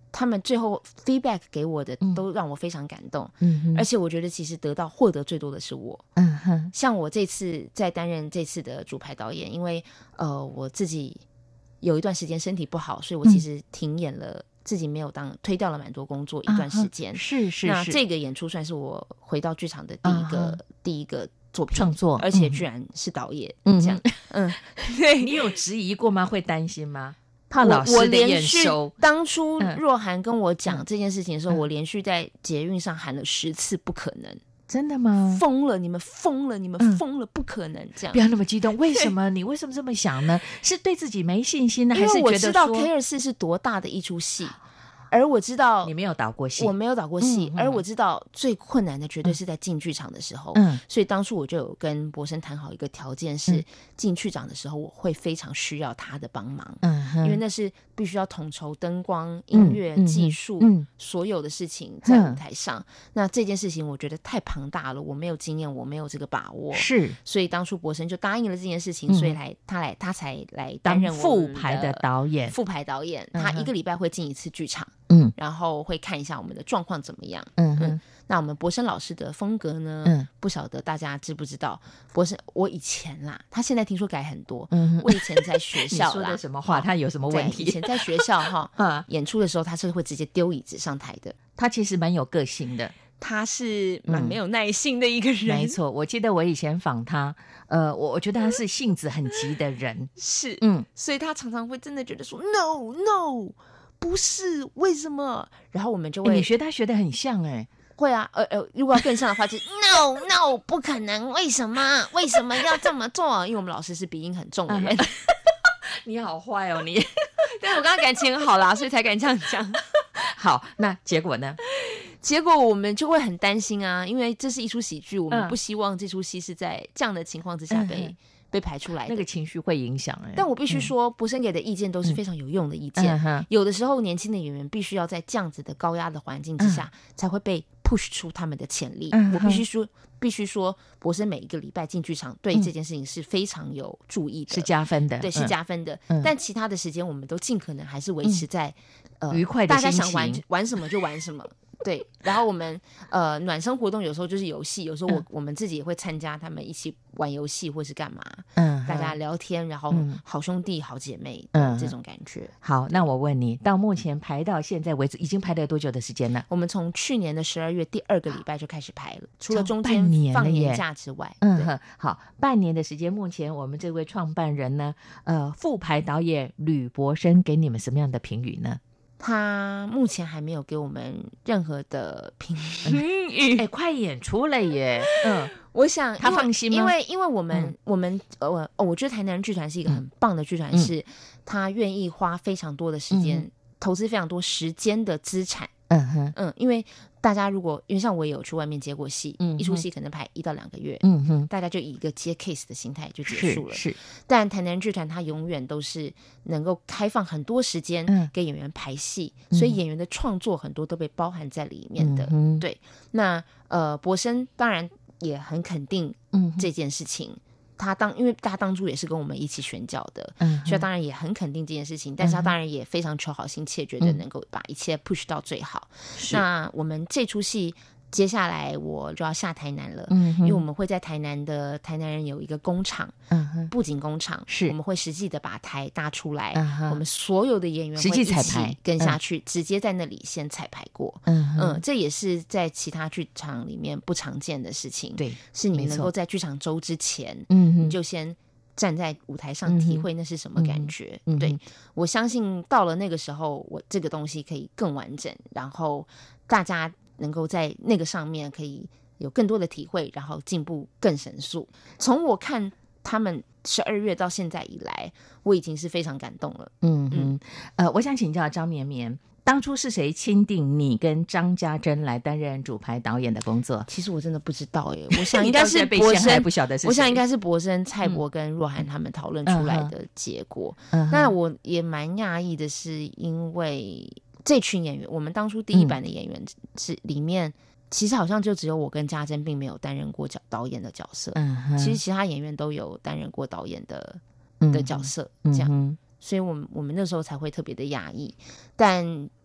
Speaker 8: 他们最后 feedback 给我的都让我非常感动，
Speaker 6: 嗯，
Speaker 8: 而且我觉得其实得到获得最多的是我。
Speaker 6: 嗯哼，
Speaker 8: 像我这次在担任这次的主排导演，因为呃我自己有一段时间身体不好，所以我其实停演了，嗯、自己没有当推掉了蛮多工作一段时间。
Speaker 6: 啊、是是是，
Speaker 8: 那这个演出算是我回到剧场的第一个、啊、第一个作品
Speaker 6: 创作，
Speaker 8: 而且居然是导演，
Speaker 6: 嗯，
Speaker 8: 这样，嗯，
Speaker 6: 对，你有质疑过吗？会担心吗？怕老师的验收。
Speaker 8: 当初若涵跟我讲这件事情的时候，嗯、我连续在捷运上喊了十次不可能。
Speaker 6: 真的吗？
Speaker 8: 疯了！你们疯了！你们疯了！嗯、不可能这样！
Speaker 6: 不要那么激动。为什么？你为什么这么想呢？是对自己没信心呢，还是觉得说？
Speaker 8: 因为我知道 K 二四是多大的一出戏。而我知道
Speaker 6: 你没有导过戏，
Speaker 8: 我没有导过戏、嗯、而我知道最困难的绝对是在进剧场的时候，嗯，所以当初我就有跟博生谈好一个条件是、嗯、进剧场的时候我会非常需要他的帮忙，嗯，因为那是必须要统筹灯光、音乐、嗯、技术、嗯、所有的事情在舞台上、嗯、那这件事情我觉得太庞大了，我没有经验，我没有这个把握，
Speaker 6: 是，
Speaker 8: 所以当初博生就答应了这件事情、嗯、所以来他来他才来担任我
Speaker 6: 副排的导演，
Speaker 8: 副排导演、
Speaker 6: 嗯、
Speaker 8: 他一个礼拜会进一次剧场，
Speaker 6: 嗯，
Speaker 8: 然后会看一下我们的状况怎么样。嗯嗯，那我们博生老师的风格呢？嗯，不晓得大家知不知道？博生，我以前啦，他现在听说改很多。嗯，我以前在学校啦，
Speaker 6: 你说的什么话？他有什么问题？
Speaker 8: 以前在学校哈，嗯，演出的时候他是会直接丢椅子上台的。
Speaker 6: 他其实蛮有个性的，
Speaker 8: 他是蛮没有耐性的一个人。
Speaker 6: 嗯、没错，我记得我以前访他，呃，我我觉得他是性子很急的人。
Speaker 8: 是，嗯，所以他常常会真的觉得说 no no。不是为什么？然后我们就会，
Speaker 6: 欸、你学他学得很像哎、欸，
Speaker 8: 会啊，呃呃，如果要更像的话，就是 no no 不可能，为什么？为什么要这么做？因为我们老师是鼻音很重的人。
Speaker 6: 你好坏哦，你。
Speaker 8: 但我跟他感情很好啦，所以才敢这样讲。
Speaker 6: 好，那结果呢？
Speaker 8: 结果我们就会很担心啊，因为这是一出喜剧，我们不希望这出戏是在这样的情况之下被。嗯被排出来的，
Speaker 6: 那个情绪会影响、欸、
Speaker 8: 但我必须说、嗯、博生给的意见都是非常有用的意见、嗯、有的时候年轻的演员必须要在这样子的高压的环境之下、嗯、才会被 push 出他们的潜力、嗯、我必须说必须说博生每一个礼拜进剧场对这件事情是非常有注意的、
Speaker 6: 嗯、是加分的，
Speaker 8: 对，是加分的、嗯、但其他的时间我们都尽可能还是维持在、
Speaker 6: 嗯呃、愉快的心情，
Speaker 8: 大家想玩玩什么就玩什么对，然后我们呃暖身活动有时候就是游戏，有时候我、嗯、我们自己也会参加，他们一起玩游戏或是干嘛，嗯，大家聊天，然后好兄弟好姐妹，嗯，这种感觉。
Speaker 6: 好，那我问你，到目前排到现在为止，已经排了多久的时间了？
Speaker 8: 我们从去年的十二月第二个礼拜就开始排了，除了中间放年假之外，
Speaker 6: 嗯，好，半年的时间。目前我们这位创办人呢，呃，副排导演吕博生给你们什么样的评语呢？
Speaker 8: 他目前还没有给我们任何的评语。
Speaker 6: 哎、欸，快演出了耶！嗯，
Speaker 8: 我想
Speaker 6: 他放心吗？
Speaker 8: 因为因为我们、嗯、我们呃我我觉得台南人剧团是一个很棒的剧团，嗯、是他愿意花非常多的时间、嗯，投资非常多时间的资产。
Speaker 6: 嗯哼，
Speaker 8: 嗯，因为大家如果因为像我也有去外面接过戏，嗯，一出戏可能排一到两个月，嗯哼，大家就以一个接 case 的心态就结束了。
Speaker 6: 是，是
Speaker 8: 但台南剧团它永远都是能够开放很多时间给演员排戏、嗯，所以演员的创作很多都被包含在里面的。嗯、对，那呃，博生当然也很肯定这件事情。嗯他当因为他当初也是跟我们一起选角的，嗯，所以当然也很肯定这件事情，但是他当然也非常求好心切，觉得能够把一切 push 到最好。嗯、那我们这出戏接下来我就要下台南了，嗯，因为我们会在台南的台南人有一个工厂，嗯，布景工厂，是我们会实际的把台搭出来，嗯，我们所有的演员会一起跟下去，嗯、直接在那里先彩排过，嗯嗯，这也是在其他剧场里面不常见的事情，对，是你能够在剧场周之前，嗯，你就先站在舞台上体会那是什么感觉，嗯、对，我相信到了那个时候，我这个东西可以更完整，然后大家能够在那个上面可以有更多的体会，然后进步更神速。从我看他们十二月到现在以来，我已经是非常感动了。
Speaker 6: 嗯嗯，呃，我想请教张绵绵，当初是谁钦定你跟张家珍来担任主排导演的工作？
Speaker 8: 其实我真的不知道耶，我想应该是博生，
Speaker 6: 不晓得是谁，
Speaker 8: 我想应该是博生、蔡博跟若涵他们讨论出来的结果。嗯、那我也蛮讶异的是，因为这群演员，我们当初第一版的演员是里面、嗯、其实好像就只有我跟家珍并没有担任过角导演的角色、嗯、其实其他演员都有担任过导演的、嗯、的角色这样、嗯、所以我们我们那时候才会特别的讶异。但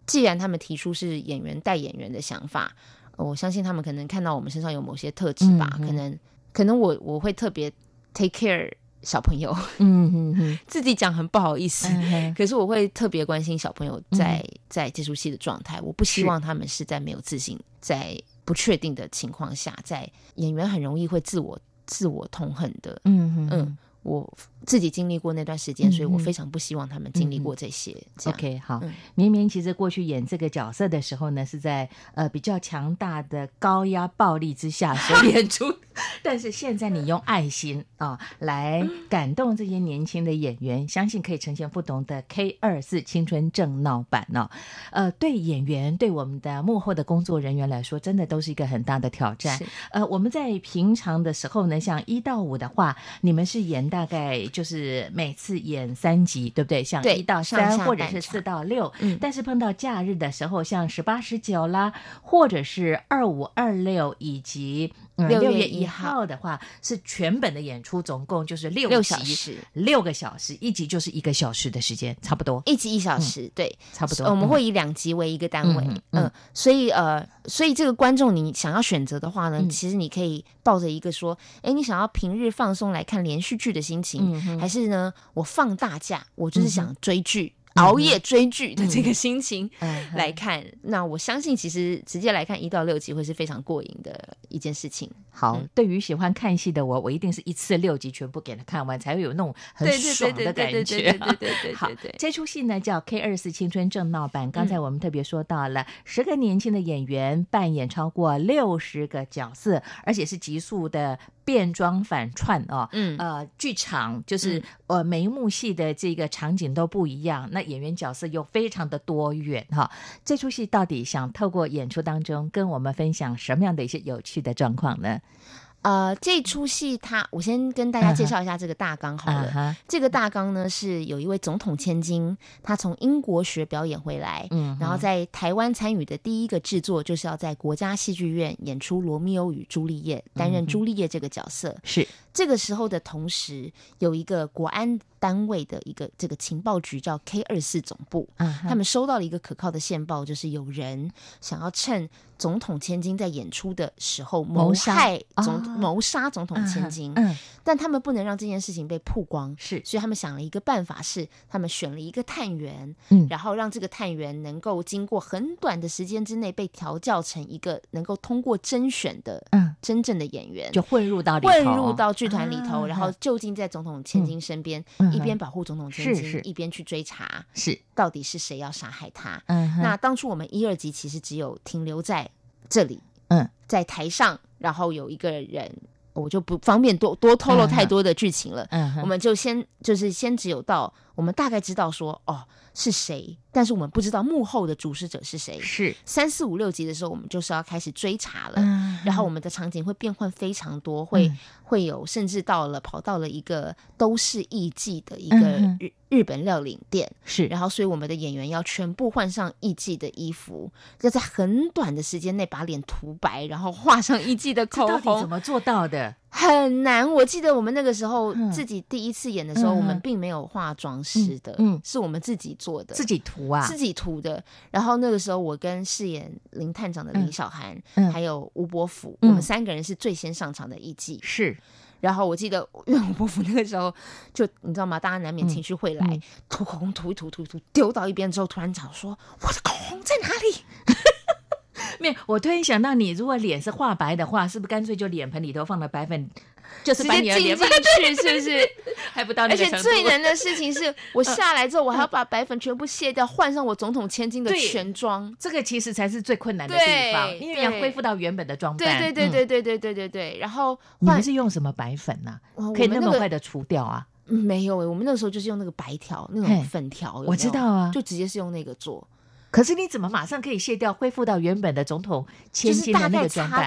Speaker 8: 既然他们提出是演员带演员的想法，我相信他们可能看到我们身上有某些特质吧，嗯、可能可能我我会特别 take care 小朋友，嗯嗯嗯，自己讲很不好意思，嗯、可是我会特别关心小朋友在、嗯、在这出戏的状态，我不希望他们是在没有自信，在不确定的情况下，在演员很容易会自我自我痛恨的，嗯嗯，我自己经历过那段时间，所以我非常不希望他们经历过这些。嗯、这样
Speaker 6: OK， 好。嗯、绵绵其实过去演这个角色的时候呢，是在呃比较强大的高压暴力之下所演出，但是现在你用爱心啊、哦、来感动这些年轻的演员，相信可以呈现不同的 K 二十四 青春正闹版哦。呃，对演员，对我们的幕后的工作人员来说，真的都是一个很大的挑战。呃，我们在平常的时候呢，像一到五的话，你们是演大概。就是每次演三集，对不对？像一到三或者是四到六、嗯，但是碰到假日的时候，像十八、十九啦，或者是二五、二六以及六、嗯、月一号的话，是全本的演出，总共就是六集，
Speaker 8: 六小时，
Speaker 6: 六个小时，一集就是一个小时的时间，差不多。
Speaker 8: 一集一小时，嗯、对，
Speaker 6: 差不多。
Speaker 8: 我们会以两集为一个单位，嗯，嗯嗯所以呃，所以这个观众你想要选择的话呢，嗯、其实你可以抱着一个说，哎，你想要平日放松来看连续剧的心情。嗯还是呢我放大假我就是想追剧、嗯、熬夜追剧的这个心情来看、嗯、那我相信其实直接来看一到六集会是非常过瘾的一件事情。
Speaker 6: 好、嗯、对于喜欢看戏的我我一定是一次六集全部给他看完才会有那种很爽的感觉。
Speaker 8: 对对对对
Speaker 6: 好，这出戏呢叫 K 二十四 青春正闹版，刚才我们特别说到了十个年轻的演员扮演超过六十个角色，而且是急速的变装反串哦，嗯，呃，剧场就是、嗯、呃每一幕戏的这个场景都不一样，那演员角色又非常的多元哈、哦。这出戏到底想透过演出当中跟我们分享什么样的一些有趣的状况呢？
Speaker 8: 呃，这出戏它，我先跟大家介绍一下这个大纲好了。Uh-huh. 这个大纲呢是有一位总统千金，他从英国学表演回来，嗯，然后在台湾参与的第一个制作就是要在国家戏剧院演出《罗密欧与朱丽叶》，担任朱丽叶这个角色。
Speaker 6: 是
Speaker 8: 这个时候的同时，有一个国安单位的一个这个情报局叫 K 二十四 总部，嗯，他们收到了一个可靠的线报，就是有人想要趁总统千金在演出的时候谋害总统。谋杀总统千金、嗯嗯、但他们不能让这件事情被曝光，是，所以他们想了一个办法，是他们选了一个探员、嗯、然后让这个探员能够经过很短的时间之内被调教成一个能够通过甄选的真正的演员、嗯、
Speaker 6: 就混入到里头
Speaker 8: 混入到剧团里头、啊、然后就近在总统千金身边、嗯、一边保护总统千金、嗯、一边去追查是到底是谁要杀害他、嗯、那当初我们一二集其实只有停留在这里，嗯，在台上，然后有一个人，我就不方便多多透露太多的剧情了。嗯，我们就先就是先只有到我们大概知道说哦是谁，但是我们不知道幕后的主使者是谁。是三四五六集的时候，我们就是要开始追查了。嗯，然后我们的场景会变换非常多，会、嗯、会有甚至到了跑到了一个都是艺伎的一个日。嗯日本料理店是，然后所以我们的演员要全部换上艺伎的衣服，要在很短的时间内把脸涂白，然后画上艺伎的口红。
Speaker 6: 这到底怎么做到的？
Speaker 8: 很难。我记得我们那个时候、嗯、自己第一次演的时候、嗯、我们并没有化妆师的、嗯嗯、是我们自己做的，
Speaker 6: 自己涂啊
Speaker 8: 自己涂的。然后那个时候我跟饰演林探长的李小涵、嗯、还有吴伯甫、嗯、我们三个人是最先上场的艺伎。是，然后我记得因为吴伯甫那个时候就你知道吗，大家难免情绪会来、嗯嗯、涂口红涂一涂涂一涂丢到一边之后，突然讲说我的口红在哪里
Speaker 6: 没有，我突然想到你如果脸是画白的话，是不是干脆就脸盆里头放了白粉，就是把你的脸放进
Speaker 8: 去，是不是
Speaker 6: 还不到那个程度。
Speaker 8: 而且最难的事情是我下来之后我还要把白粉全部卸掉，换上我总统千金的全妆，
Speaker 6: 这个其实才是最困难的地方，因为要恢复到原本的装扮。
Speaker 8: 对对对对对对对对、嗯、然后
Speaker 6: 你们是用什么白粉啊、哦、可以那么快的除掉啊？
Speaker 8: 没有、欸、我们那个时候就是用那个白条那种粉条，
Speaker 6: 我知道啊，
Speaker 8: 就直接是用那个做。
Speaker 6: 可是你怎么马上可以卸掉，恢复到原本的总统千金的那个装扮？
Speaker 8: 就是大概擦掉，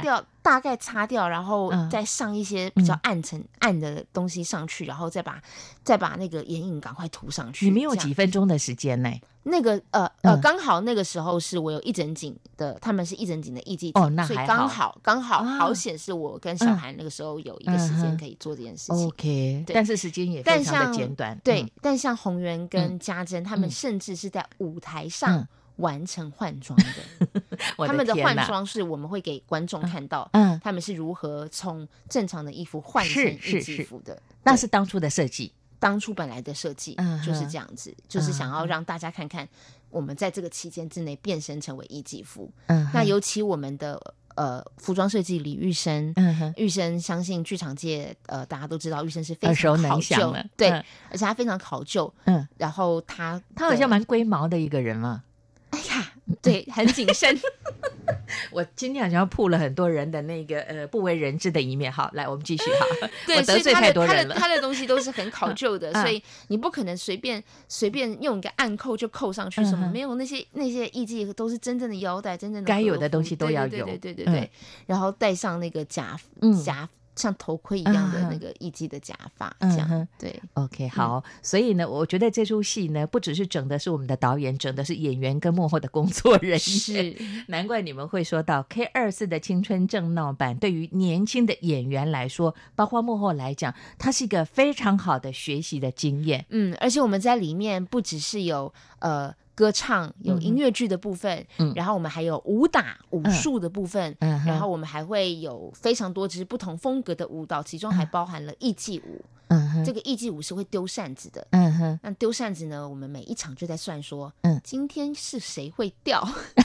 Speaker 8: 大概擦掉，然后再上一些比较暗沉、嗯、暗的东西上去，然后再把再把那个眼影赶快涂上去。
Speaker 6: 你们有几分钟的时间呢？
Speaker 8: 那个呃呃，刚、嗯、好那个时候是我有一整景的，他们是一整景的艺伎
Speaker 6: 哦，那还好，
Speaker 8: 所以刚好刚好、啊、好显示我跟小韩那个时候有一个时间可以做这件事情。
Speaker 6: 嗯、OK， 但是时间也非常的简短。
Speaker 8: 对、
Speaker 6: 嗯，
Speaker 8: 但像宏源跟家珍、嗯，他们甚至是在舞台上。嗯完成换装的，他们的换装是我们会给观众看到，嗯，他们是如何从正常的衣服换成艺伎服的，
Speaker 6: 那是当初的设计，
Speaker 8: 当初本来的设计就是这样子，嗯、就是想要让大家看看我们在这个期间之内变身成为艺伎服。嗯，那尤其我们的呃服装设计李玉生，嗯，玉生相信剧场界呃大家都知道，玉生是非常考究，对、嗯，而且他非常考究，嗯，然后他
Speaker 6: 他好像蛮龟毛的一个人嘛。
Speaker 8: 哎呀，对，很谨慎。
Speaker 6: 我今天好像曝了很多人的那个呃不为人知的一面。好，来我们继续哈。
Speaker 8: 对，
Speaker 6: 我得罪太多人了。
Speaker 8: 他的他的东西都是很考究的，嗯、所以你不可能随便随便用一个暗扣就扣上去什么，嗯、没有那些那些艺伎都是真正的腰带，真正的
Speaker 6: 该有的东西都要有。
Speaker 8: 对对对对 对, 对、嗯，然后戴上那个假嗯假。像头盔一样的那个艺伎的假发、嗯、这样对
Speaker 6: OK 好、嗯、所以呢我觉得这出戏呢不只是整的是我们的导演，整的是演员跟幕后的工作人员，
Speaker 8: 是
Speaker 6: 难怪你们会说到 K 二十四 的青春正闹版对于年轻的演员来说，包括幕后来讲，它是一个非常好的学习的经验。
Speaker 8: 嗯，而且我们在里面不只是有呃歌唱，有音乐剧的部分、嗯、然后我们还有武打武术的部分、嗯、然后我们还会有非常多支不同风格的舞蹈，其中还包含了艺伎舞、嗯、这个艺伎舞是会丢扇子的、嗯、那丢扇子呢，我们每一场就在算说、嗯、今天是谁会掉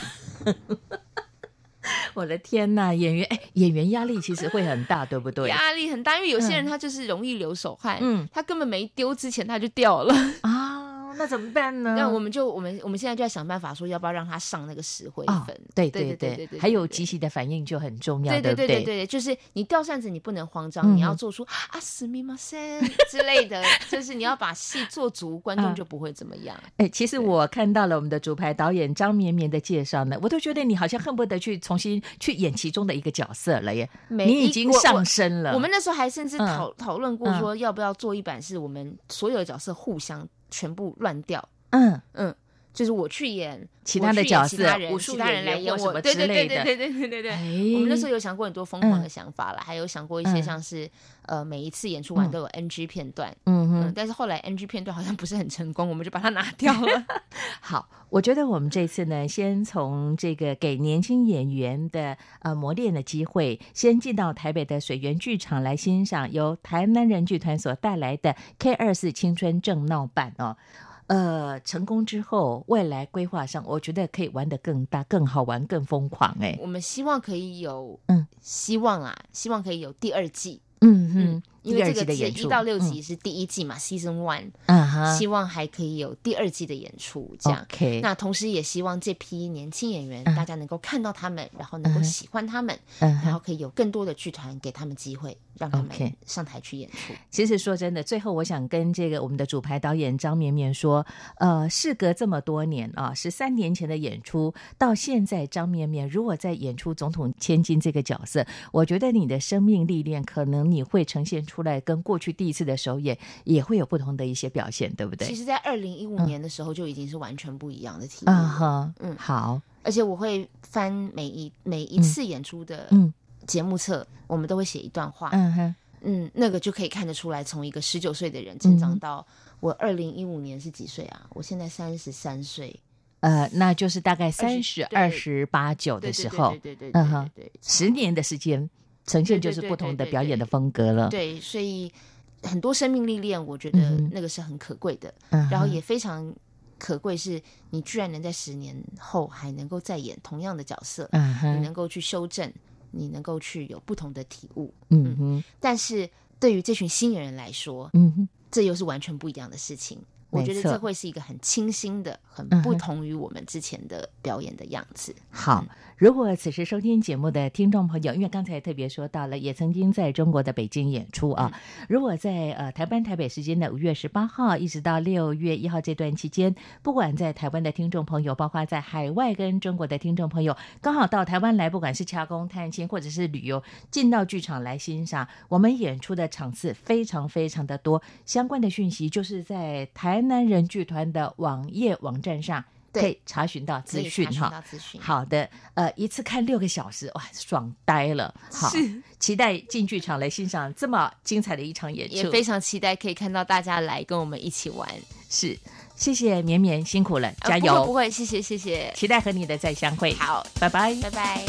Speaker 6: 我的天哪，演员哎，演员压力其实会很大，对不对？
Speaker 8: 压力很大，因为有些人他就是容易流手汗，嗯，他根本没丢之前他就掉了
Speaker 6: 啊。那怎么办呢？
Speaker 8: 那我们就我们我们现在就在想办法说，要不要让他上那个石灰粉？哦、
Speaker 6: 对对 对, 对, 对, 对，还有即时的反应就很重要，
Speaker 8: 对对
Speaker 6: 对
Speaker 8: 对对对，就是你掉扇子，你不能慌张，嗯、你要做出啊すみません之类的，就是你要把戏做足，观众就不会怎么样。
Speaker 6: 哎、嗯，其实我看到了我们的主排导演张绵绵的介绍呢，我都觉得你好像恨不得去重新去演其中的一个角色了耶，你已经上身了。
Speaker 8: 我, 我们那时候还甚至讨、嗯、讨论过说，要不要做一版是我们所有的角色互相全部乱掉。嗯嗯，就是我去演
Speaker 6: 其他的角色，
Speaker 8: 其他人其他人来演我，对对对对对对对对对。我们那时候有想过很多疯狂的想法了、嗯，还有想过一些像是、嗯、呃每一次演出完都有 N G 片段，嗯哼、嗯，但是后来 N G 片段好像不是很成功，我们就把它拿掉了。
Speaker 6: 好，我觉得我们这次呢，先从这个给年轻演员的呃磨练的机会，先进到台北的水源剧场来欣赏由台南人剧团所带来的 K 二十四 青春正闹版哦。呃，成功之后，未来规划上，我觉得可以玩得更大、更好玩、更疯狂。哎，
Speaker 8: 我们希望可以有，嗯，希望啊，希望可以有第二季。
Speaker 6: 嗯嗯，
Speaker 8: 因为这个一到六集是第一季嘛、嗯、，Season One，
Speaker 6: 啊，
Speaker 8: 希望还可以有第二季的演出，这样。
Speaker 6: Okay.
Speaker 8: 那同时也希望这批年轻演员，嗯、大家能够看到他们，然后能够喜欢他们，嗯、然后可以有更多的剧团给他们机会，让他们上台去演出。Okay.
Speaker 6: 其实说真的，最后我想跟这个我们的主排导演张绵绵说，呃，事隔这么多年啊，十三年前的演出到现在，张绵绵如果在演出总统千金这个角色，我觉得你的生命历练可能你会呈现出来，跟过去第一次的首演也会有不同的一些表现，对不对？
Speaker 8: 其实在二零一五年的时候就已经是完全不一样的题目了。
Speaker 6: 嗯哼，嗯，好。
Speaker 8: 而且我会翻每一每一次演出的节目册，嗯、我们都会写一段话。嗯哼，嗯，那个就可以看得出来，从一个十九岁的人成长到我二零一五年是几岁啊？我现在三十三岁。
Speaker 6: 呃，那就是大概三十二十八九的时候，
Speaker 8: 对对对对对对对，
Speaker 6: 十年的时间。呈现就是不同的表演的风格了。
Speaker 8: 对, 对, 对, 对, 对, 对, 对，所以很多生命历练，我觉得那个是很可贵的、嗯，然后也非常可贵，是你居然能在十年后还能够再演同样的角色，嗯、你能够去修正，你能够去有不同的体悟。嗯哼，嗯但是对于这群新人来说，嗯哼，这又是完全不一样的事情。 我觉得这会是一个很清新的，很不同于我们之前的表演的样子。
Speaker 6: 嗯、好，如果此时收听节目的听众朋友，因为刚才特别说到了，也曾经在中国的北京演出啊。嗯、如果在呃台湾台北时间的五月十八号一直到六月一号这段期间，不管在台湾的听众朋友，包括在海外跟中国的听众朋友，刚好到台湾来，不管是洽公探亲或者是旅游，进到剧场来欣赏我们演出的场次非常非常的多。相关的讯息就是在台南人剧团的网页网站上可以查询到资讯哈。好的，呃，一次看六个小时，哇，爽呆了。好，期待进剧场来欣赏这么精彩的一场演出，
Speaker 8: 也非常期待可以看到大家来跟我们一起玩。
Speaker 6: 是，谢谢绵绵，辛苦了，加油！
Speaker 8: 呃、不会不会，谢谢谢谢，
Speaker 6: 期待和你的再相会。
Speaker 8: 好，
Speaker 6: 拜拜，
Speaker 8: 拜拜。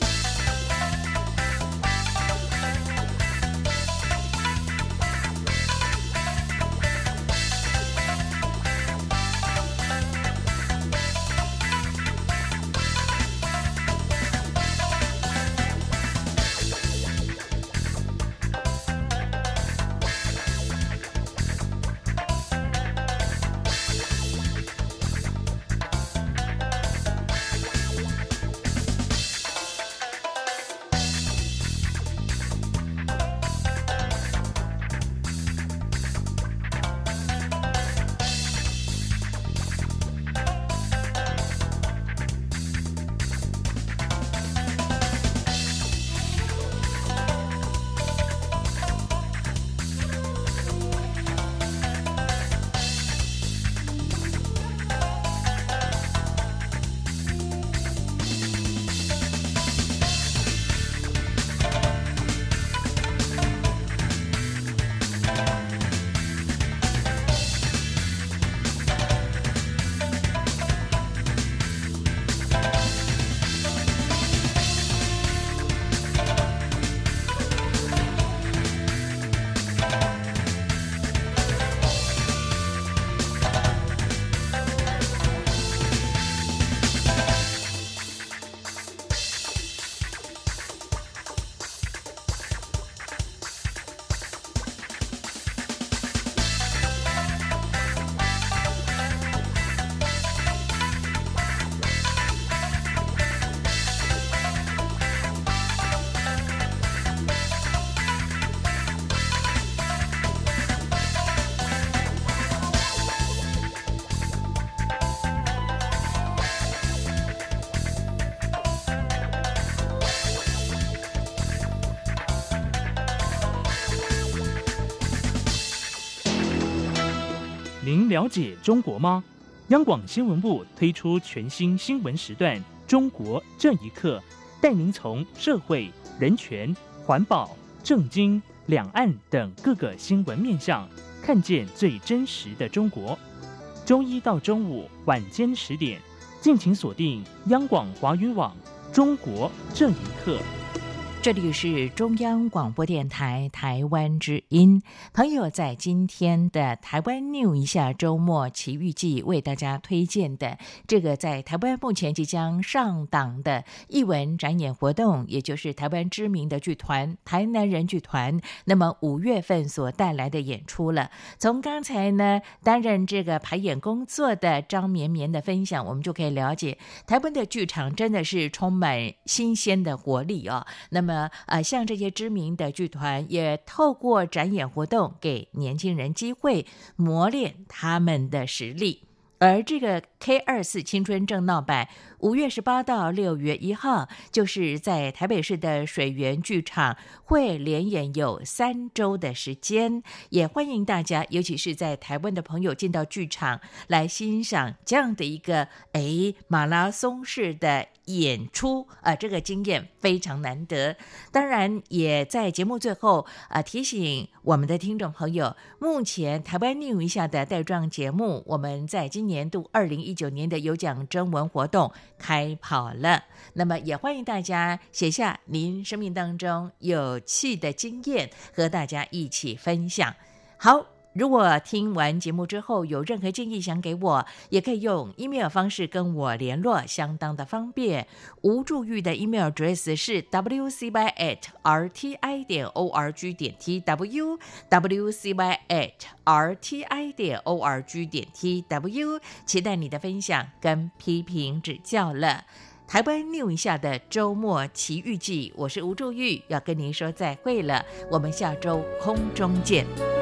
Speaker 9: 您了解中国吗？央广新闻部推出全新新闻时段《中国这一刻》，带您从社会、人权、环保、政经、两岸等各个新闻面向，看见最真实的中国。周一到周五晚间十点，敬请锁定央广华语网《中国这一刻》。
Speaker 6: 这里是中央广播电台台湾之音，朋友在今天的台湾 New 一下周末奇遇记为大家推荐的这个在台湾目前即将上档的艺文展演活动，也就是台湾知名的剧团台南人剧团，那么五月份所带来的演出了。从刚才呢担任这个排演工作的张绵绵的分享，我们就可以了解台湾的剧场真的是充满新鲜的活力哦。那么呃，像这些知名的剧团也透过展演活动给年轻人机会磨练他们的实力。而这个 K 二十四 青春正闹版五月十八到六月一号，就是在台北市的水源剧场会连演有三周的时间，也欢迎大家，尤其是在台湾的朋友进到剧场来欣赏这样的一个诶马拉松式的演出啊、呃，这个经验非常难得。当然也在节目最后啊、呃、提醒我们的听众朋友，目前台湾 New 一下的带状节目，我们在今年度二零一九年的有奖征文活动开跑了。那么也欢迎大家写下您生命当中有趣的经验，和大家一起分享。好， 如果听完节目之后有任何建议想给我，也可以用 email 方式跟我联络，相当的方便。吴祝玉的 email address 是 w c y at r t i 点 org 点 t w w c y at r t i 点 org 点 t w， 期待你的分享跟批评指教了。台湾new一下的周末奇遇记，我是吴祝玉，要跟您说再会了，我们下周空中见。